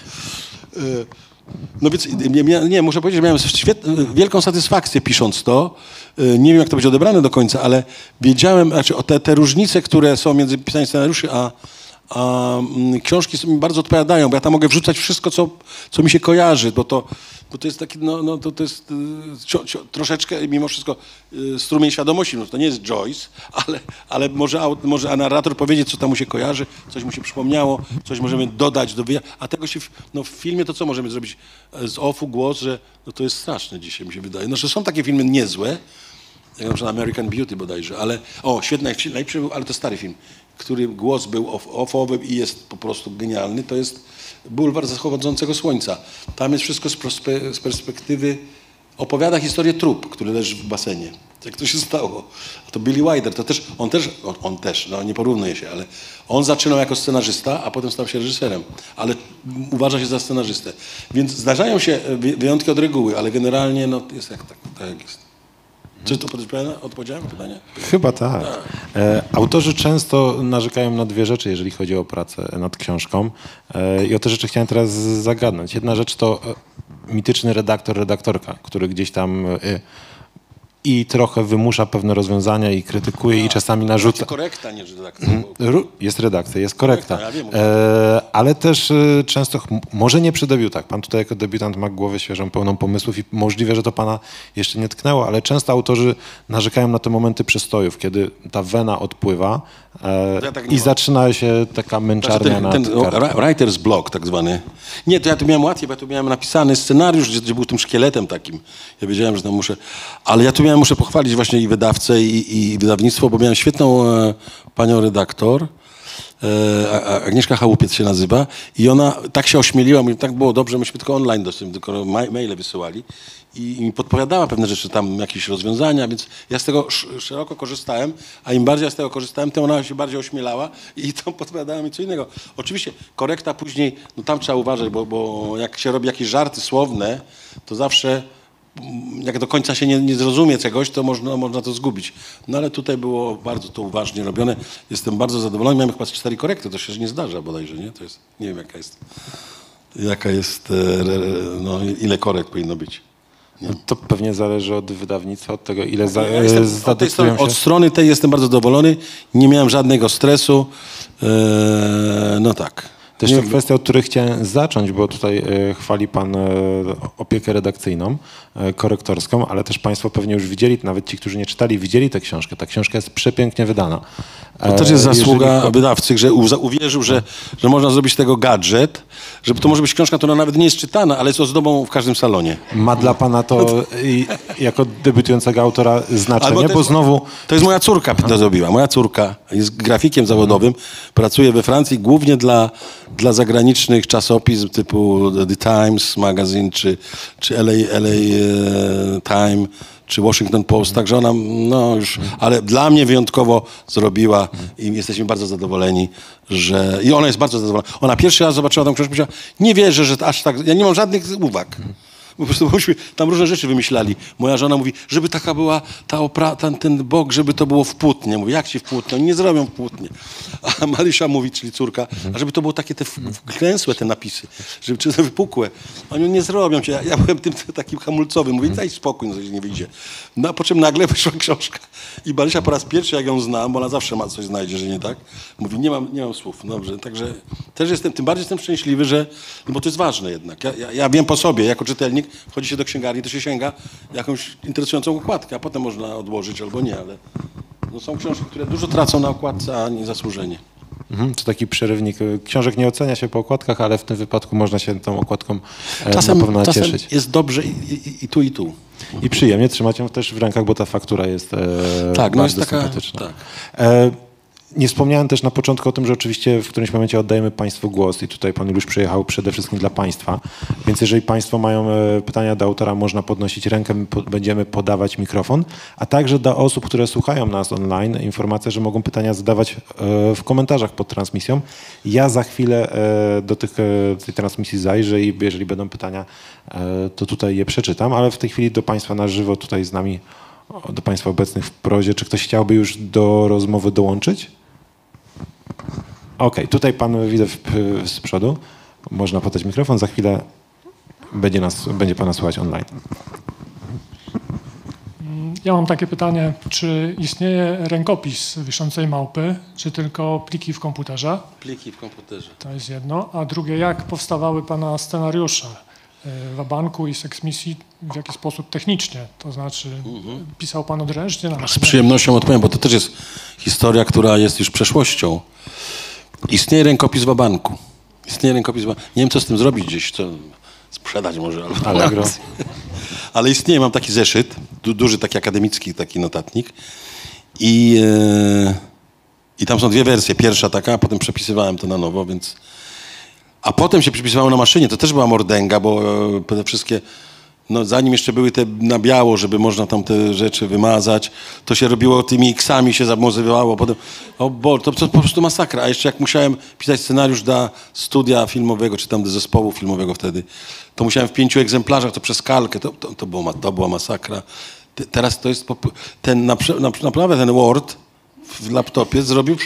No więc nie, muszę powiedzieć, że miałem wielką satysfakcję pisząc to. Nie wiem, jak to będzie odebrane do końca, ale wiedziałem, znaczy te różnice, które są między pisaniem scenariuszy a książki mi bardzo odpowiadają, bo ja tam mogę wrzucać wszystko, co mi się kojarzy, bo to jest taki, to jest troszeczkę mimo wszystko strumień świadomości, no to nie jest Joyce, ale może narrator powiedzieć, co tam mu się kojarzy, coś mu się przypomniało, coś możemy dodać, a tego się, w filmie to co możemy zrobić? Z offu głos, że to jest straszne dzisiaj, mi się wydaje. No, że są takie filmy niezłe, jak na przykład American Beauty bodajże, ale, świetny, najlepszy był, ale to stary film, który głos był offowy i jest po prostu genialny, to jest Bulwar Zachodzącego Słońca. Tam jest wszystko z perspektywy, opowiada historię trup, który leży w basenie. Jak to się stało? A to Billy Wilder, on też, nie porównuje się, ale on zaczynał jako scenarzysta, a potem stał się reżyserem, ale uważa się za scenarzystę. Więc zdarzają się wyjątki od reguły, ale generalnie jest tak jak jest. Czy to odpowiedziałem na pytanie? Chyba tak. Autorzy często narzekają na dwie rzeczy, jeżeli chodzi o pracę nad książką. I o te rzeczy chciałem teraz zagadnąć. Jedna rzecz to mityczny redaktorka, który gdzieś tam i trochę wymusza pewne rozwiązania i krytykuje i czasami narzuca. Jest korekta, nie redakcja. Jest redakcja, jest korekta. Ja wiem. Ale też często, może nie przy debiutach. Pan tutaj jako debiutant ma głowę świeżą, pełną pomysłów i możliwe, że to pana jeszcze nie tknęło, ale często autorzy narzekają na te momenty przestojów, kiedy ta wena odpływa i zaczyna się taka męczarnia nad writer's block tak zwany. Nie, to ja tu miałem łatwiej, bo ja tu miałem napisany scenariusz, gdzie był tym szkieletem takim. Ja wiedziałem, że tam ale ja tu muszę pochwalić właśnie i wydawcę, i wydawnictwo, bo miałem świetną panią redaktor, Agnieszka Chałupiec się nazywa, i ona tak się ośmieliła, mówi, tak było dobrze, myśmy tylko online tylko maile wysyłali i mi podpowiadała pewne rzeczy, tam jakieś rozwiązania, więc ja z tego szeroko korzystałem, a im bardziej ja z tego korzystałem, tym ona się bardziej ośmielała i tam podpowiadała mi co innego. Oczywiście korekta później, tam trzeba uważać, bo jak się robi jakieś żarty słowne, to zawsze jak do końca się nie zrozumie czegoś, to można to zgubić. No ale tutaj było bardzo to uważnie robione. Jestem bardzo zadowolony. Miałem chyba 4 korekty, to się nie zdarza bodajże, nie? To jest, nie wiem jaka jest, ile korekt powinno być. No to pewnie zależy od wydawnictwa, od tego, ile od strony tej jestem bardzo zadowolony. Nie miałem żadnego stresu. Tak. To jeszcze kwestia, od której chciałem zacząć, bo tutaj chwali pan opiekę redakcyjną, korektorską, ale też państwo pewnie już widzieli, nawet ci, którzy nie czytali, widzieli tę książkę. Ta książka jest przepięknie wydana. To też jest Jeżeli zasługa wydawcy, że uwierzył, że można zrobić z tego gadżet, że to może być książka, która nawet nie jest czytana, ale jest ozdobą w każdym salonie. Ma dla pana to jako debiutującego autora znaczenie, Albo bo znowu... To jest moja córka to zrobiła. Moja córka jest grafikiem zawodowym, pracuje we Francji głównie dla zagranicznych czasopism typu The Times Magazine czy LA Time czy Washington Post, także ona już, ale dla mnie wyjątkowo zrobiła i jesteśmy bardzo zadowoleni, że... I ona jest bardzo zadowolona. Ona pierwszy raz zobaczyła tą książkę i powiedziała, nie wierzę, że aż tak... Ja nie mam żadnych uwag. Po prostu myśmy tam różne rzeczy wymyślali. Moja żona mówi, żeby taka była ten bok, żeby to było w płótnie. Mówię, jak ci w płótnie? Oni nie zrobią w płótnie. A Marysia mówi, czyli córka, a żeby to było takie te wklęsłe te napisy, czy te wypukłe. Oni nie zrobią cię. Ja byłem tym takim hamulcowym. Mówię, daj spokój, no coś nie wyjdzie. No, po czym nagle wyszła książka. I Marysia po raz pierwszy, jak ją znam, bo ona zawsze ma coś znajdzie, że nie tak, mówi, nie mam słów. Dobrze, także też jestem, tym bardziej jestem szczęśliwy, że, no bo to jest ważne jednak. Ja wiem po sobie, jako czytelnik, wchodzi się do księgarni, to się sięga jakąś interesującą okładkę, a potem można odłożyć albo nie, ale no są książki, które dużo tracą na okładce, a nie zasłużenie. To taki przerywnik. Książek nie ocenia się po okładkach, ale w tym wypadku można się tą okładką Czasem, na pewno czasem cieszyć. jest dobrze i tu, i tu. I przyjemnie trzymać ją też w rękach, bo ta faktura jest Tak, bardzo jest taka, sympatyczna. tak. Nie wspomniałem też na początku o tym, że oczywiście w którymś momencie oddajemy Państwu głos i tutaj Pan Juliusz przyjechał przede wszystkim dla Państwa, więc jeżeli Państwo mają pytania do autora, można podnosić rękę, my będziemy podawać mikrofon, a także dla osób, które słuchają nas online, informacja, że mogą pytania zadawać w komentarzach pod transmisją. Ja za chwilę do tej transmisji zajrzę i jeżeli będą pytania, to tutaj je przeczytam, ale w tej chwili do Państwa na żywo tutaj z nami, do Państwa obecnych w prozie, czy ktoś chciałby już do rozmowy dołączyć? Okej, tutaj Pan widzę z przodu. Można podać mikrofon, za chwilę będzie Pana słuchać online. Ja mam takie pytanie, czy istnieje rękopis Wiszącej Małpy, czy tylko pliki w komputerze? Pliki w komputerze. To jest jedno. A drugie, jak powstawały Pana scenariusze Wabanku i Seksmisji, w jaki sposób technicznie? To znaczy, pisał Pan odręcznie na Z maszynie? przyjemnością odpowiem, bo to też jest historia, która jest już przeszłością. Istnieje rękopis Wabanku. Istnieje rękopis Wabanku. Nie wiem, co z tym zrobić gdzieś, co sprzedać może. Albo Allegro. Ale istnieje, mam taki zeszyt, duży taki akademicki taki notatnik i tam są dwie wersje. Pierwsza taka, a potem przepisywałem to na nowo, więc... A potem się przepisywało na maszynie, to też była mordęga, bo te wszystkie... No, zanim jeszcze były te na biało, żeby można tam te rzeczy wymazać, to się robiło tymi X-ami, się zamozywało. Potem, to po prostu masakra. A jeszcze jak musiałem pisać scenariusz dla studia filmowego, czy tam do zespołu filmowego wtedy, to musiałem w 5 egzemplarzach, to przez kalkę, to była masakra. Teraz to jest... Naprawdę ten Word w laptopie zrobił...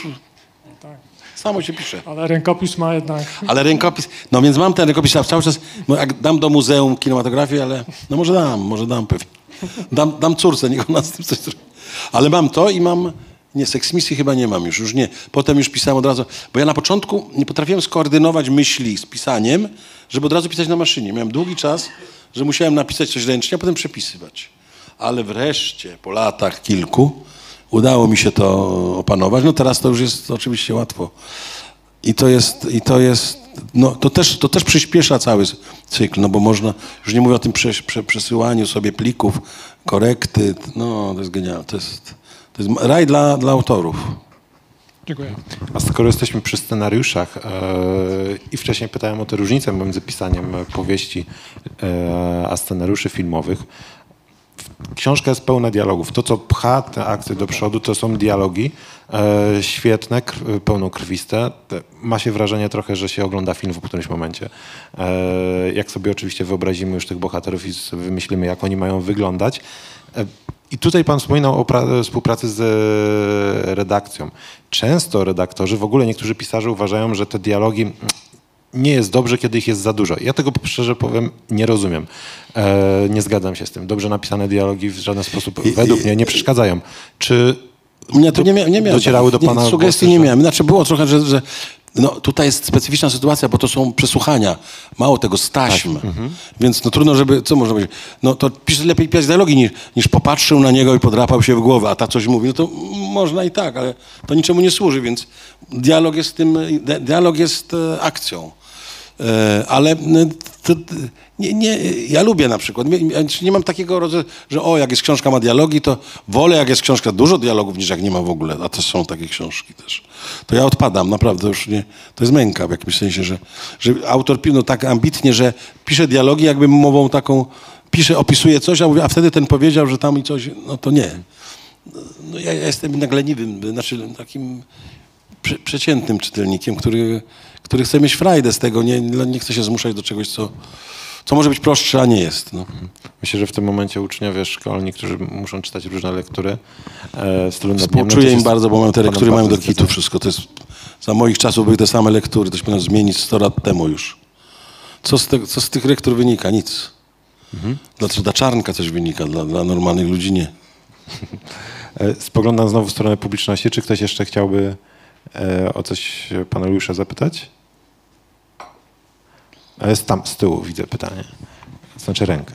Samo się pisze. Ale rękopis ma jednak... Ale rękopis, no więc mam ten rękopis cały czas, no jak dam do Muzeum Kinematografii, ale no może dam pewnie. Dam córce, niech ona z tym coś zrobi. Ale mam to i mam, nie, seksmisji chyba nie mam już nie. Potem już pisałem od razu, bo ja na początku nie potrafiłem skoordynować myśli z pisaniem, żeby od razu pisać na maszynie. Miałem długi czas, że musiałem napisać coś ręcznie, a potem przepisywać. Ale wreszcie, po latach kilku, udało mi się to opanować. No teraz to już jest oczywiście łatwo. I to jest, no to też przyspiesza cały cykl, no bo można, już nie mówię o tym przesyłaniu sobie plików, korekty, no to jest genialne. To jest raj dla autorów. Dziękuję. A skoro jesteśmy przy scenariuszach i wcześniej pytałem o te różnice między pisaniem powieści a scenariuszy filmowych, książka jest pełna dialogów. To, co pcha te akcje do przodu, to są dialogi świetne, pełnokrwiste. Ma się wrażenie trochę, że się ogląda film w którymś momencie. Jak sobie oczywiście wyobrazimy już tych bohaterów i wymyślimy, jak oni mają wyglądać. I tutaj pan wspominał o współpracy z redakcją. Często redaktorzy, w ogóle niektórzy pisarze uważają, że te dialogi nie jest dobrze, kiedy ich jest za dużo. Ja tego szczerze powiem, nie rozumiem. Nie zgadzam się z tym. Dobrze napisane dialogi w żaden sposób według mnie nie przeszkadzają. Czy Nie, to nie miałem. docierały do pana sugestii głosy, nie że... miałem. Znaczy było trochę, że No tutaj jest specyficzna sytuacja, bo to są przesłuchania. Mało tego, z taśm. Więc no trudno, żeby... Co można powiedzieć? No to lepiej pisać dialogi niż popatrzył na niego i podrapał się w głowę, a ta coś mówi. No to można i tak, ale to niczemu nie służy, więc dialog jest akcją. Ale ja lubię na przykład, nie mam takiego rodzaju, że jak jest książka ma dialogi, to wolę jak jest książka dużo dialogów niż jak nie ma w ogóle, a to są takie książki też. To ja odpadam, naprawdę już nie, to jest męka w jakimś sensie, że autor pisze tak ambitnie, że pisze dialogi jakby mową taką, opisuje coś, a wtedy ten powiedział, że tam i coś, no to nie. No ja jestem jednak leniwym, znaczy takim przeciętnym czytelnikiem, który chce mieć frajdę z tego, nie chce się zmuszać do czegoś, co może być prostsze, a nie jest. No. Myślę, że w tym momencie uczniowie szkolni, którzy muszą czytać różne lektury, stylu Współczuję im bardzo, bo mam te lektury, mają do kitu wszystko. To jest, za moich czasów były te same lektury, to się powinno zmienić 100 lat temu już. Co z tych lektur wynika? Nic. Dla Czarnka coś wynika, dla normalnych ludzi nie. Spoglądam znowu w stronę publiczności. Czy ktoś jeszcze chciałby o coś pana Juliusza zapytać? Jest tam z tyłu, widzę pytanie. Znaczy rękę.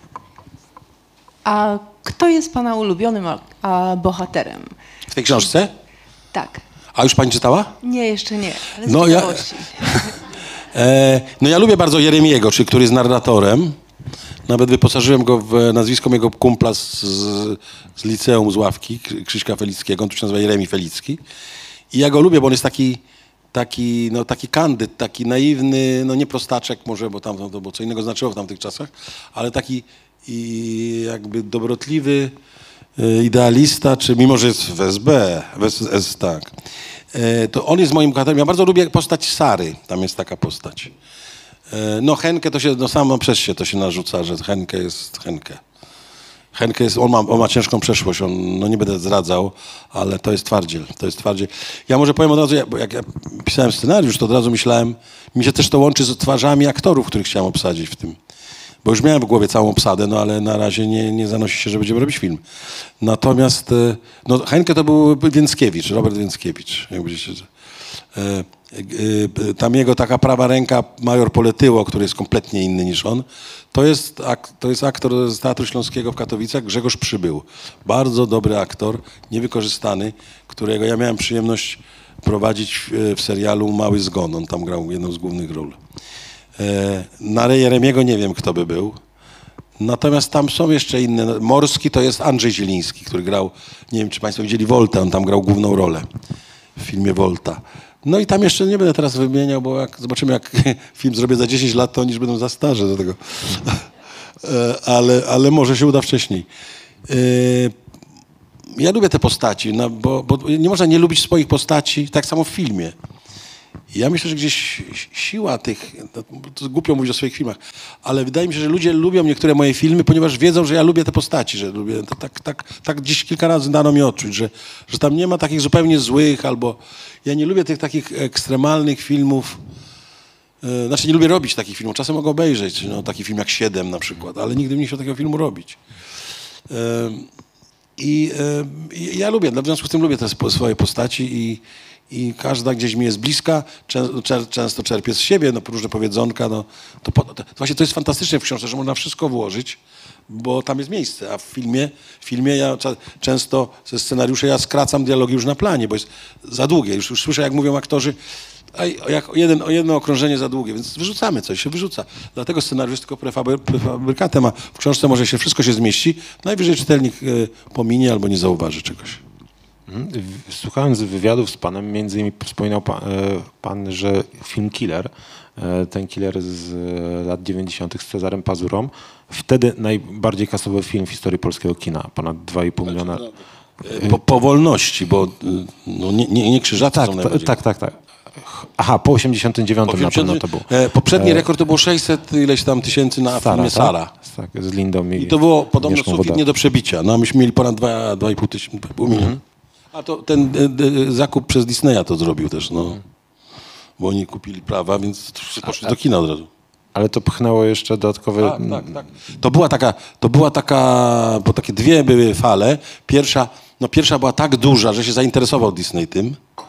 A kto jest pana ulubionym bohaterem? W tej książce? Tak. A już pani czytała? Nie, jeszcze nie, ale z No ciekawości. No ja lubię bardzo Jeremiego, który jest narratorem. Nawet wyposażyłem go w nazwisko mojego kumpla z liceum z ławki, Krzyśka Felickiego. On tu się nazywa Jeremi Felicki. I ja go lubię, bo on jest taki kandyt, taki naiwny, no nie prostaczek może, bo tam to było co innego znaczyło w tamtych czasach, ale taki jakby dobrotliwy idealista, czy mimo, że jest w SB, tak. To on jest moim bohaterem. Ja bardzo lubię postać Sary, tam jest taka postać. No Henkę to się, samo przez się to się narzuca, że Henkę jest Henkę. Henke jest, on ma ciężką przeszłość, no nie będę zdradzał, ale to jest twardziel, Ja może powiem od razu, bo jak ja pisałem scenariusz, to od razu myślałem, mi się też to łączy z twarzami aktorów, których chciałem obsadzić w tym. Bo już miałem w głowie całą obsadę, no ale na razie nie zanosi się, że będziemy robić film. Natomiast, no Henke to był Więckiewicz, Robert Więckiewicz, jakby się... Tam jego taka prawa ręka, major Poletyło, który jest kompletnie inny niż on, to jest aktor z Teatru Śląskiego w Katowicach, Grzegorz Przybył. Bardzo dobry aktor, niewykorzystany, którego ja miałem przyjemność prowadzić w serialu Mały Zgon. On tam grał jedną z głównych ról. Na Jeremiego nie wiem, kto by był. Natomiast tam są jeszcze inne. Morski to jest Andrzej Zieliński, który grał, nie wiem, czy państwo widzieli Voltę, on tam grał główną rolę w filmie Volta. No i tam jeszcze nie będę teraz wymieniał, bo zobaczymy, jak film zrobię za 10 lat, to oni już będą za starzy do tego. Ale może się uda wcześniej. Ja lubię te postaci, no, bo nie można nie lubić swoich postaci, tak samo w filmie. Ja myślę, że gdzieś siła tych, to głupio mówić o swoich filmach, ale wydaje mi się, że ludzie lubią niektóre moje filmy, ponieważ wiedzą, że ja lubię te postaci, że lubię, tak gdzieś kilka razy dano mi odczuć, że tam nie ma takich zupełnie złych, albo ja nie lubię tych takich ekstremalnych filmów, znaczy nie lubię robić takich filmów, czasem mogę obejrzeć, no, taki film jak 7 na przykład, ale nigdy nie chciał takiego filmu robić. Ja lubię, w związku z tym lubię te swoje postaci i każda gdzieś mi jest bliska, często czerpię z siebie, no, różne powiedzonka. No, właśnie to jest fantastyczne w książce, że można wszystko włożyć, bo tam jest miejsce, a w filmie ja często ze scenariusza ja skracam dialogi już na planie, bo jest za długie. Już słyszę, jak mówią aktorzy, o jedno okrążenie za długie, więc wyrzucamy coś, się wyrzuca. Dlatego scenariusz jest tylko prefabrykatem, a w książce może wszystko się zmieści, najwyżej czytelnik pominie albo nie zauważy czegoś. Słuchając wywiadów z panem, między innymi wspominał pan, że film Killer, ten Killer z lat 90. z Cezarem Pazurą, wtedy najbardziej kasowy film w historii polskiego kina, ponad 2,5 miliona. Po wolności, bo no, nie Krzyżacy są najbardziej. Tak. Aha, po 89 na pewno to było. Poprzedni rekord to było 600 ileś tam tysięcy na filmie Sara. Tak, z Lindą I to było podobno Agnieszką sufit Woda. nie do przebicia. No, myśmy mieli ponad 2,5 tysiąca. A to ten zakup przez Disneya to zrobił też, no. Bo oni kupili prawa, więc wszyscy poszli do kina od razu. Ale to pchnęło jeszcze dodatkowe... Tak. To była taka, bo takie dwie były fale. Pierwsza była tak duża, że się zainteresował Disney tym,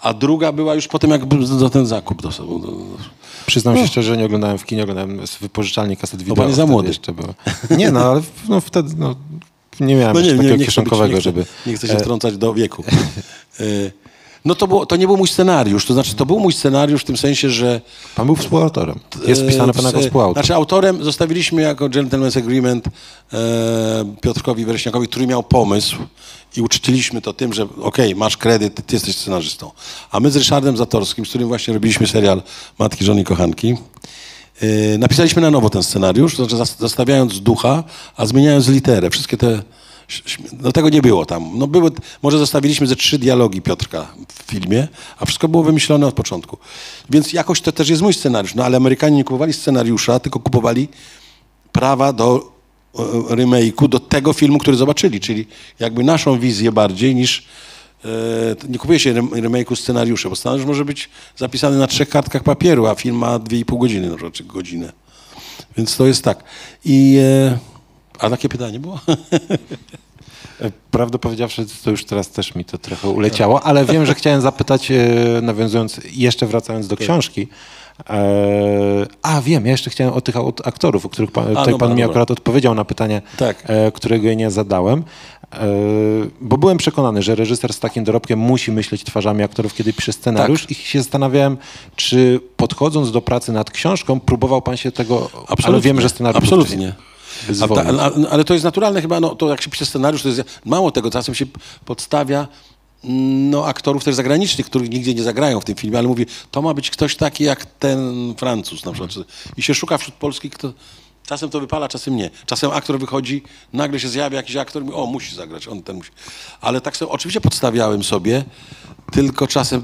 a druga była już po tym, jak do ten zakup dostał. Przyznam się szczerze, że nie oglądałem w kinie, oglądałem z wypożyczalni kaset wideo. pan jest za wtedy młody. Jeszcze było. Nie, no ale wtedy nie miałem jeszcze takiego kieszonkowego, żeby... Nie chcę się wtrącać do wieku. No to nie był mój scenariusz, to znaczy to był mój scenariusz w tym sensie, że... Pan był współautorem. Jest wpisane pan jako współautor. Znaczy autorem zostawiliśmy jako Gentleman's Agreement Piotrkowi Wereśniakowi, który miał pomysł i uczciliśmy to tym, że okej, masz kredyt, ty jesteś scenarzystą. A my z Ryszardem Zatorskim, z którym właśnie robiliśmy serial Matki, Żony i Kochanki, napisaliśmy na nowo ten scenariusz, to znaczy zostawiając ducha, a zmieniając literę. Wszystkie te... No tego nie było tam. No były, może zostawiliśmy ze 3 dialogi Piotrka w filmie, a wszystko było wymyślone od początku. Więc jakoś to też jest mój scenariusz. No ale Amerykanie nie kupowali scenariusza, tylko kupowali prawa do remake'u, do tego filmu, który zobaczyli. Czyli jakby naszą wizję bardziej niż... nie kupuje się remake'u scenariusza, bo scenariusz może być zapisany na 3 kartkach papieru, a film ma 2,5 godziny, na przykład, czy godzinę. Więc to jest tak. A takie pytanie było? Prawdę powiedziawszy, to już teraz też mi to trochę uleciało, ale wiem, że chciałem zapytać, nawiązując, jeszcze wracając do książki. Wiem, ja jeszcze chciałem o tych aktorów, o których pan mi akurat odpowiedział na pytanie, Tak. którego nie zadałem. Bo byłem przekonany, że reżyser z takim dorobkiem musi myśleć twarzami aktorów, kiedy pisze scenariusz, Tak. i się zastanawiałem, czy podchodząc do pracy nad książką, próbował pan się tego, ale wiem, że scenariusz... Absolutnie. Wyzwolić. Ale to jest naturalne chyba, no, to jak się pisze scenariusz, to jest mało tego, czasem się podstawia aktorów też zagranicznych, których nigdzie nie zagrają w tym filmie, ale mówi, to ma być ktoś taki jak ten Francuz na przykład. I się szuka wśród polskich, kto... Czasem to wypala, czasem nie. Czasem aktor wychodzi, nagle się zjawia jakiś aktor i mówi, o, musi zagrać, on ten musi. Ale tak sobie oczywiście podstawiałem sobie, tylko czasem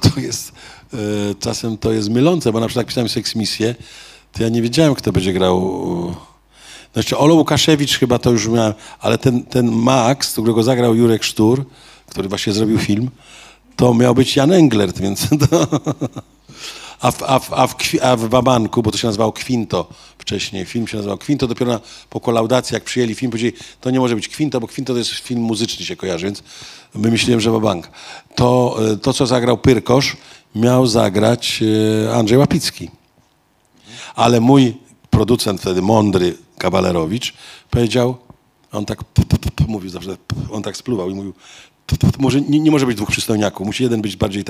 to jest mylące, bo na przykład jak pisałem Seksmisję, to ja nie wiedziałem, kto będzie grał... No jeszcze Olo Łukaszewicz chyba to już miałem, ale ten Max, którego zagrał Jurek Sztur, który właśnie zrobił film, to miał być Jan Englert, więc to... A w Wabanku, bo to się nazywało Quinto wcześniej, film się nazywał Quinto, dopiero po kolaudacji, jak przyjęli film, powiedzieli, to nie może być Quinto, bo Quinto to jest film muzyczny, się kojarzy, więc wymyśliłem, że Wabank. To, co zagrał Pyrkosz, miał zagrać Andrzej Łapicki. Ale mój producent wtedy, mądry Kawalerowicz, powiedział, on tak mówił zawsze, on tak spluwał i mówił, może, nie może być 2 przystojniaków, musi jeden być bardziej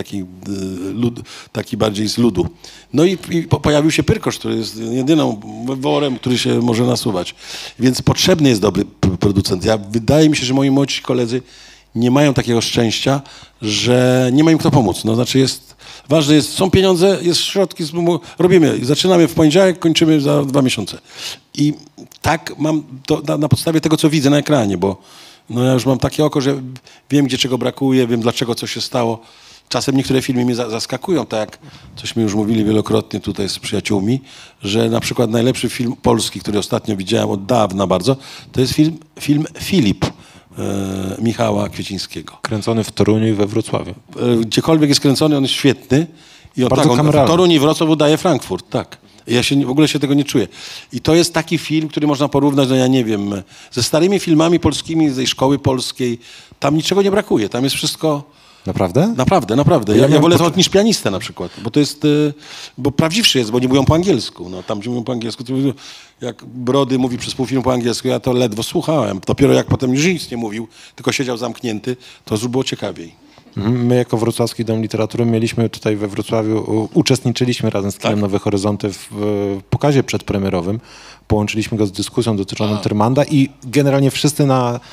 taki bardziej z ludu. No i pojawił się Pyrkosz, który jest jedyną worem, który się może nasuwać. Więc potrzebny jest dobry producent. Wydaje mi się, że moi młodsi koledzy nie mają takiego szczęścia, że nie ma im kto pomóc. No, znaczy ważne jest, są pieniądze, jest środki, robimy, zaczynamy w poniedziałek, kończymy za 2 miesiące. I tak mam to na podstawie tego, co widzę na ekranie, bo no ja już mam takie oko, że wiem, gdzie czego brakuje, wiem, dlaczego coś się stało. Czasem niektóre filmy mnie zaskakują, tak jak cośmy już mówili wielokrotnie tutaj z przyjaciółmi, że na przykład najlepszy film polski, który ostatnio widziałem od dawna bardzo, to jest film Filip Michała Kwiecińskiego. Kręcony w Toruniu i we Wrocławiu. Gdziekolwiek jest kręcony, on jest świetny. I Bardzo kameralny. Toruń i Wrocław udaje Frankfurt, tak. Ja w ogóle się tego nie czuję. I to jest taki film, który można porównać, no ja nie wiem, ze starymi filmami polskimi, z tej szkoły polskiej. Tam niczego nie brakuje, tam jest wszystko... Naprawdę? Naprawdę. Ja wolę to niż Pianistę na przykład, bo to jest, bo prawdziwszy jest, bo nie mówią po angielsku. No, tam gdzie mówią po angielsku, to jak Brody mówi przez pół filmu po angielsku, ja to ledwo słuchałem. Dopiero jak potem już nic nie mówił, tylko siedział zamknięty, to już było ciekawiej. My jako Wrocławski Dom Literatury mieliśmy tutaj we Wrocławiu, uczestniczyliśmy razem z kinem Nowe Horyzonty w pokazie przedpremierowym. Połączyliśmy go z dyskusją dotyczącą Tyrmanda i generalnie wszyscy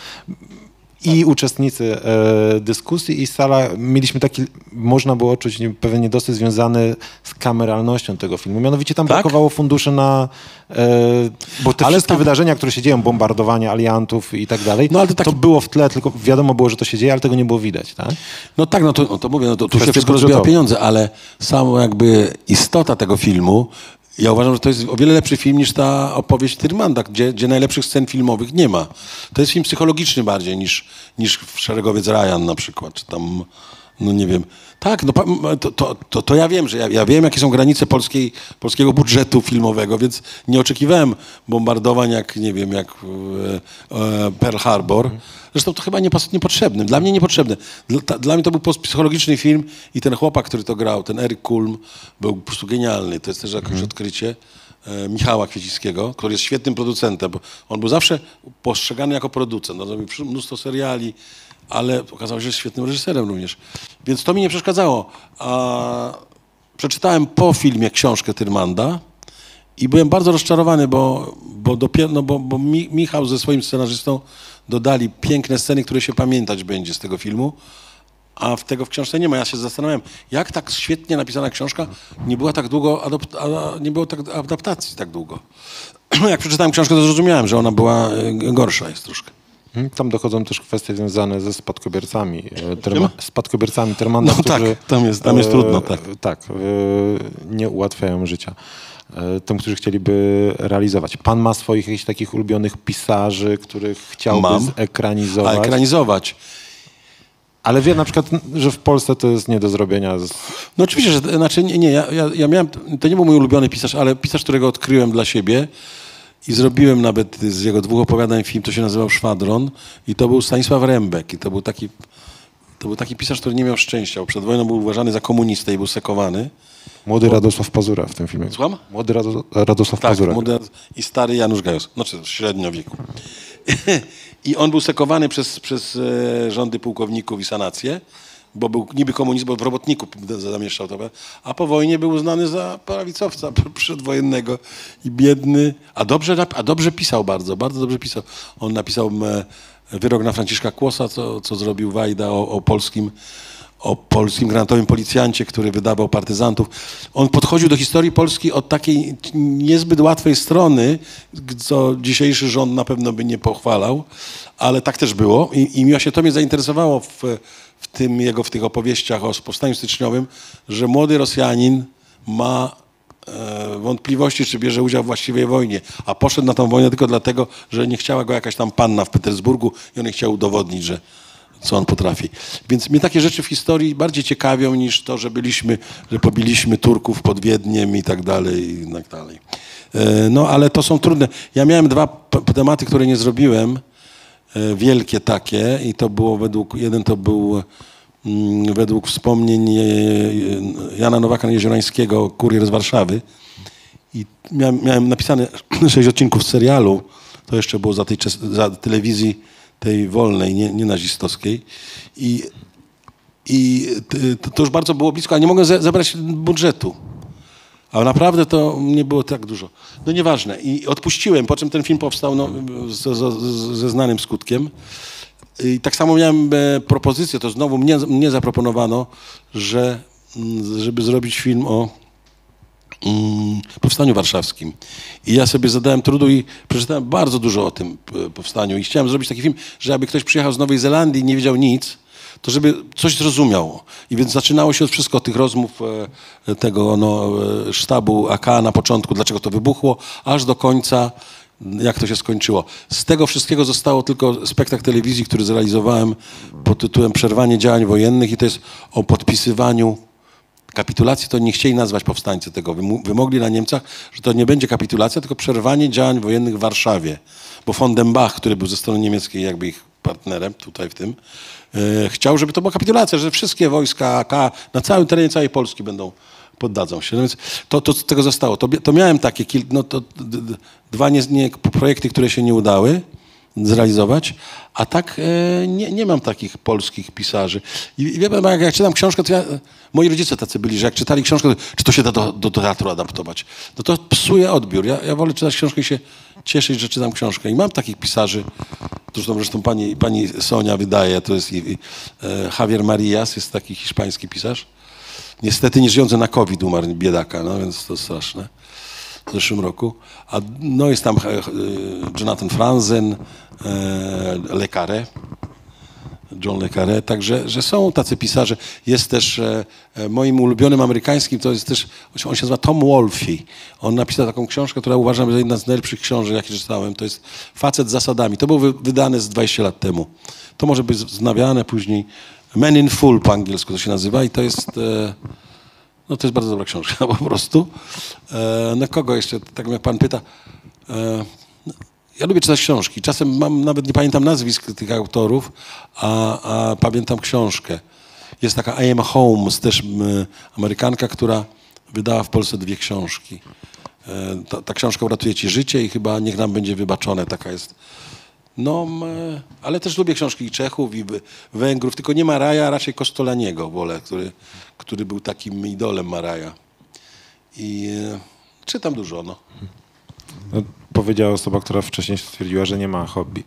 i uczestnicy dyskusji i sala, mieliśmy taki, można było czuć pewien niedosyt związany z kameralnością tego filmu. Mianowicie tam brakowało funduszy na... bo te wszystkie wydarzenia, które się dzieją, bombardowanie aliantów i tak dalej, no, ale to było w tle, tylko wiadomo było, że to się dzieje, ale tego nie było widać, tak? No tak, to mówię, tu się wszystko budżetowe. rozbija pieniądze, ale samo jakby istota tego filmu, ja uważam, że to jest o wiele lepszy film niż ta opowieść Tyrmanda, gdzie najlepszych scen filmowych nie ma. To jest film psychologiczny bardziej niż Szeregowiec Ryan na przykład, czy tam No nie wiem. Tak, no, to ja wiem, że ja wiem, jakie są granice polskiego budżetu filmowego, więc nie oczekiwałem bombardowań jak, nie wiem, jak Pearl Harbor. Zresztą to chyba niepotrzebny. Dla mnie niepotrzebny. Dla mnie to był postpsychologiczny film i ten chłopak, który to grał, ten Eric Kulm, był po prostu genialny. To jest też jakieś odkrycie Michała Kwiecińskiego, który jest świetnym producentem, bo on był zawsze postrzegany jako producent. On zrobił mnóstwo seriali, ale okazało się, że jest świetnym reżyserem również. Więc to mi nie przeszkadzało. Przeczytałem po filmie książkę Tyrmanda i byłem bardzo rozczarowany, bo Michał ze swoim scenarzystą dodali piękne sceny, które się pamiętać będzie z tego filmu, a tego w książce nie ma. Ja się zastanawiałem, jak tak świetnie napisana książka nie była tak długo, nie było tak adaptacji tak długo. Jak przeczytałem książkę, to zrozumiałem, że ona była gorsza jest troszkę. Tam dochodzą też kwestie związane ze spadkobiercami. Spadkobiercami Tyrmanda, No którzy... tak, tam jest trudno, tak. Tak, nie ułatwiają życia tym, którzy chcieliby realizować. Pan ma swoich jakichś takich ulubionych pisarzy, których chciałby zekranizować. A ekranizować. Ale wie na przykład, że w Polsce to jest nie do zrobienia. No oczywiście, że znaczy nie, ja miałem, to nie był mój ulubiony pisarz, ale pisarz, którego odkryłem dla siebie i zrobiłem nawet z jego 2 opowiadań film, to się nazywał Szwadron i to był Stanisław Rembek i to był taki pisarz, który nie miał szczęścia, bo przed wojną był uważany za komunistę i był sekowany. Młody Radosław Pazura w tym filmie. Słucham? Młody Radosław Tak, Pazura. i stary Janusz Gajos, znaczy w średnio wieku. I on był sekowany przez rządy pułkowników i sanację, bo był niby komunist, bo w Robotniku zamieszczał to, a po wojnie był uznany za prawicowca przedwojennego i biedny, a dobrze pisał bardzo dobrze pisał. On napisał Wyrok na Franciszka Kłosa, co zrobił Wajda o polskim granatowym policjancie, który wydawał partyzantów. On podchodził do historii Polski od takiej niezbyt łatwej strony, co dzisiejszy rząd na pewno by nie pochwalał, ale tak też było i to mnie zainteresowało w tych opowieściach o powstaniu styczniowym, że młody Rosjanin ma wątpliwości, czy bierze udział w właściwej wojnie, a poszedł na tę wojnę tylko dlatego, że nie chciała go jakaś tam panna w Petersburgu i on nie chciał udowodnić, co on potrafi. Więc mnie takie rzeczy w historii bardziej ciekawią niż to, że pobiliśmy Turków pod Wiedniem i tak dalej, i tak dalej. No, ale to są trudne. Ja miałem 2 tematy, które nie zrobiłem, wielkie takie i to było jeden to był według wspomnień Jana Nowaka Jeziorańskiego, Kurier z Warszawy i miałem napisane 6 odcinków serialu, to jeszcze było za telewizji tej wolnej, nie nazistowskiej. I to już bardzo było blisko, a nie mogłem zebrać budżetu. A naprawdę to nie było tak dużo. No nieważne. I odpuściłem, po czym ten film powstał ze znanym skutkiem. I tak samo miałem propozycję, to znowu mnie zaproponowano, żeby zrobić film o Powstaniu Warszawskim. I ja sobie zadałem trudu i przeczytałem bardzo dużo o tym powstaniu i chciałem zrobić taki film, że aby ktoś przyjechał z Nowej Zelandii i nie wiedział nic, to żeby coś zrozumiał. I więc zaczynało się od wszystko tych rozmów tego sztabu AK na początku, dlaczego to wybuchło, aż do końca, jak to się skończyło. Z tego wszystkiego zostało tylko spektakl telewizji, który zrealizowałem pod tytułem Przerwanie działań wojennych i to jest o podpisywaniu kapitulacji. To nie chcieli nazwać powstańcy tego. Wymogli na Niemcach, że to nie będzie kapitulacja, tylko przerwanie działań wojennych w Warszawie. Bo von den Bach, który był ze strony niemieckiej jakby ich partnerem tutaj w tym, chciał, żeby to była kapitulacja, że wszystkie wojska AK na całym terenie całej Polski poddadzą się. No więc to z tego zostało. To miałem takie 2 projekty, które się nie udały zrealizować, a tak nie mam takich polskich pisarzy. I wie pan, jak czytam książkę, to moi rodzice tacy byli, że jak czytali książkę, to, czy to się da do teatru adaptować? No to psuje odbiór. Ja wolę czytać książkę i się cieszyć, że czytam książkę. I mam takich pisarzy, zresztą pani Sonia wydaje, to jest Javier Marías, jest taki hiszpański pisarz. Niestety nie żyjący na COVID umarł, biedaka, no więc to straszne. W zeszłym roku. A no jest tam Jonathan Franzen, Le Carré, John Le Carré, także że są tacy pisarze. Jest też moim ulubionym amerykańskim, to jest też, on się nazywa Tom Wolfe. On napisał taką książkę, która uważam za jedna z najlepszych książek, jakie czytałem. To jest Facet z zasadami. To było wydane z 20 lat temu. To może być wznawiane później. Men in Full po angielsku to się nazywa i to jest, no to jest bardzo dobra książka po prostu. No kogo jeszcze, tak jak pan pyta, ja lubię czytać książki. Czasem nawet nie pamiętam nazwisk tych autorów, a pamiętam książkę. Jest taka I Am Holmes, też Amerykanka, która wydała w Polsce 2 książki. Ta książka uratuje ci życie i chyba niech nam będzie wybaczone, taka jest. No, ale też lubię książki i Czechów, i Węgrów, tylko nie Maraja, a raczej Kostolaniego wolę, który był takim idolem Maraja. I czytam dużo, no. No, powiedziała osoba, która wcześniej stwierdziła, że nie ma hobby.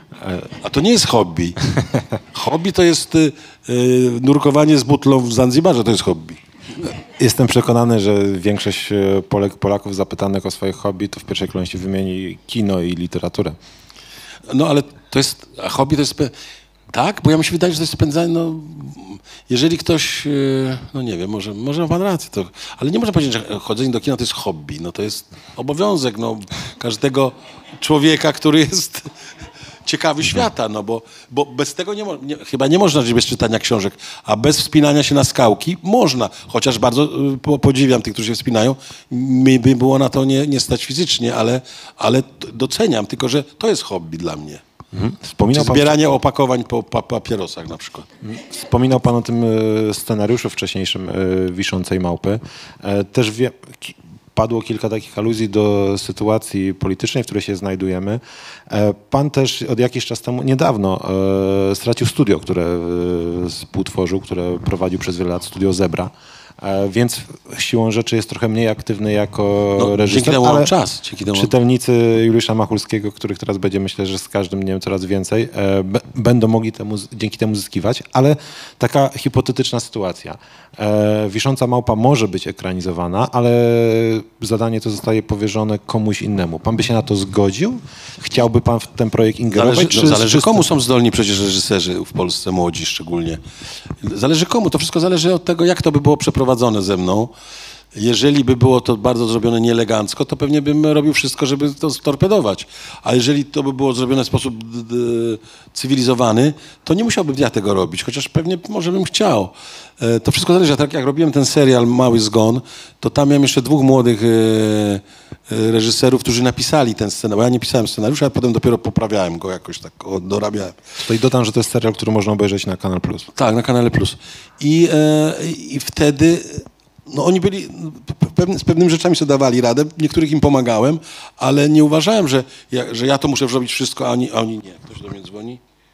A to nie jest hobby. Hobby to jest nurkowanie z butlą w Zanzibarze, to jest hobby. Jestem przekonany, że większość Polaków zapytanych o swoje hobby to w pierwszej kolejności wymieni kino i literaturę. No ale to jest, a hobby to jest, tak? Bo ja mi się wydaje, że to jest spędzanie, no, jeżeli ktoś, no nie wiem, może ma pan rację, ale nie można powiedzieć, że chodzenie do kina to jest hobby, no to jest obowiązek, no, każdego człowieka, który jest ciekawy świata, no bo bez tego chyba nie można żyć bez czytania książek, a bez wspinania się na skałki można, chociaż bardzo podziwiam tych, którzy się wspinają, mi by było na to nie stać fizycznie, ale doceniam, tylko że to jest hobby dla mnie. Wspominał pan, Zbieranie opakowań po papierosach na przykład. wspominał pan o tym scenariuszu wcześniejszym Wiszącej Małpy. Też padło kilka takich aluzji do sytuacji politycznej, w której się znajdujemy. Pan też od jakiś czas temu, niedawno, stracił studio, które współtworzył, które prowadził przez wiele lat, studio Zebra. Więc siłą rzeczy jest trochę mniej aktywny jako reżyser, dzięki temu mam ale czas. Dzięki temu czytelnicy Juliusza Machulskiego, których teraz będzie, myślę, że z każdym dniem coraz więcej, będą mogli dzięki temu zyskiwać, ale taka hipotetyczna sytuacja. Wisząca Małpa może być ekranizowana, ale zadanie to zostaje powierzone komuś innemu. Pan by się na to zgodził? Chciałby pan w ten projekt ingerować? Zależy komu są zdolni przecież reżyserzy w Polsce, młodzi szczególnie. Zależy komu, to wszystko zależy od tego, jak to by było przeprowadzone ze mną. Jeżeli by było to bardzo zrobione nieelegancko, to pewnie bym robił wszystko, żeby to storpedować. A jeżeli to by było zrobione w sposób cywilizowany, to nie musiałbym ja tego robić, chociaż pewnie może bym chciał. To wszystko zależy. Tak jak robiłem ten serial Mały Zgon, to tam miałem jeszcze 2 młodych reżyserów, którzy napisali ten scenariusz. Bo ja nie pisałem scenariusza, a potem dopiero poprawiałem go jakoś tak, dorabiałem. Tutaj dodam, że to jest serial, który można obejrzeć na Kanal Plus. Tak, na Kanale Plus. I wtedy... No oni byli, z pewnymi rzeczami sobie dawali radę, niektórych im pomagałem, ale nie uważałem, że ja to muszę zrobić wszystko, a oni nie. Ktoś do mnie dzwoni,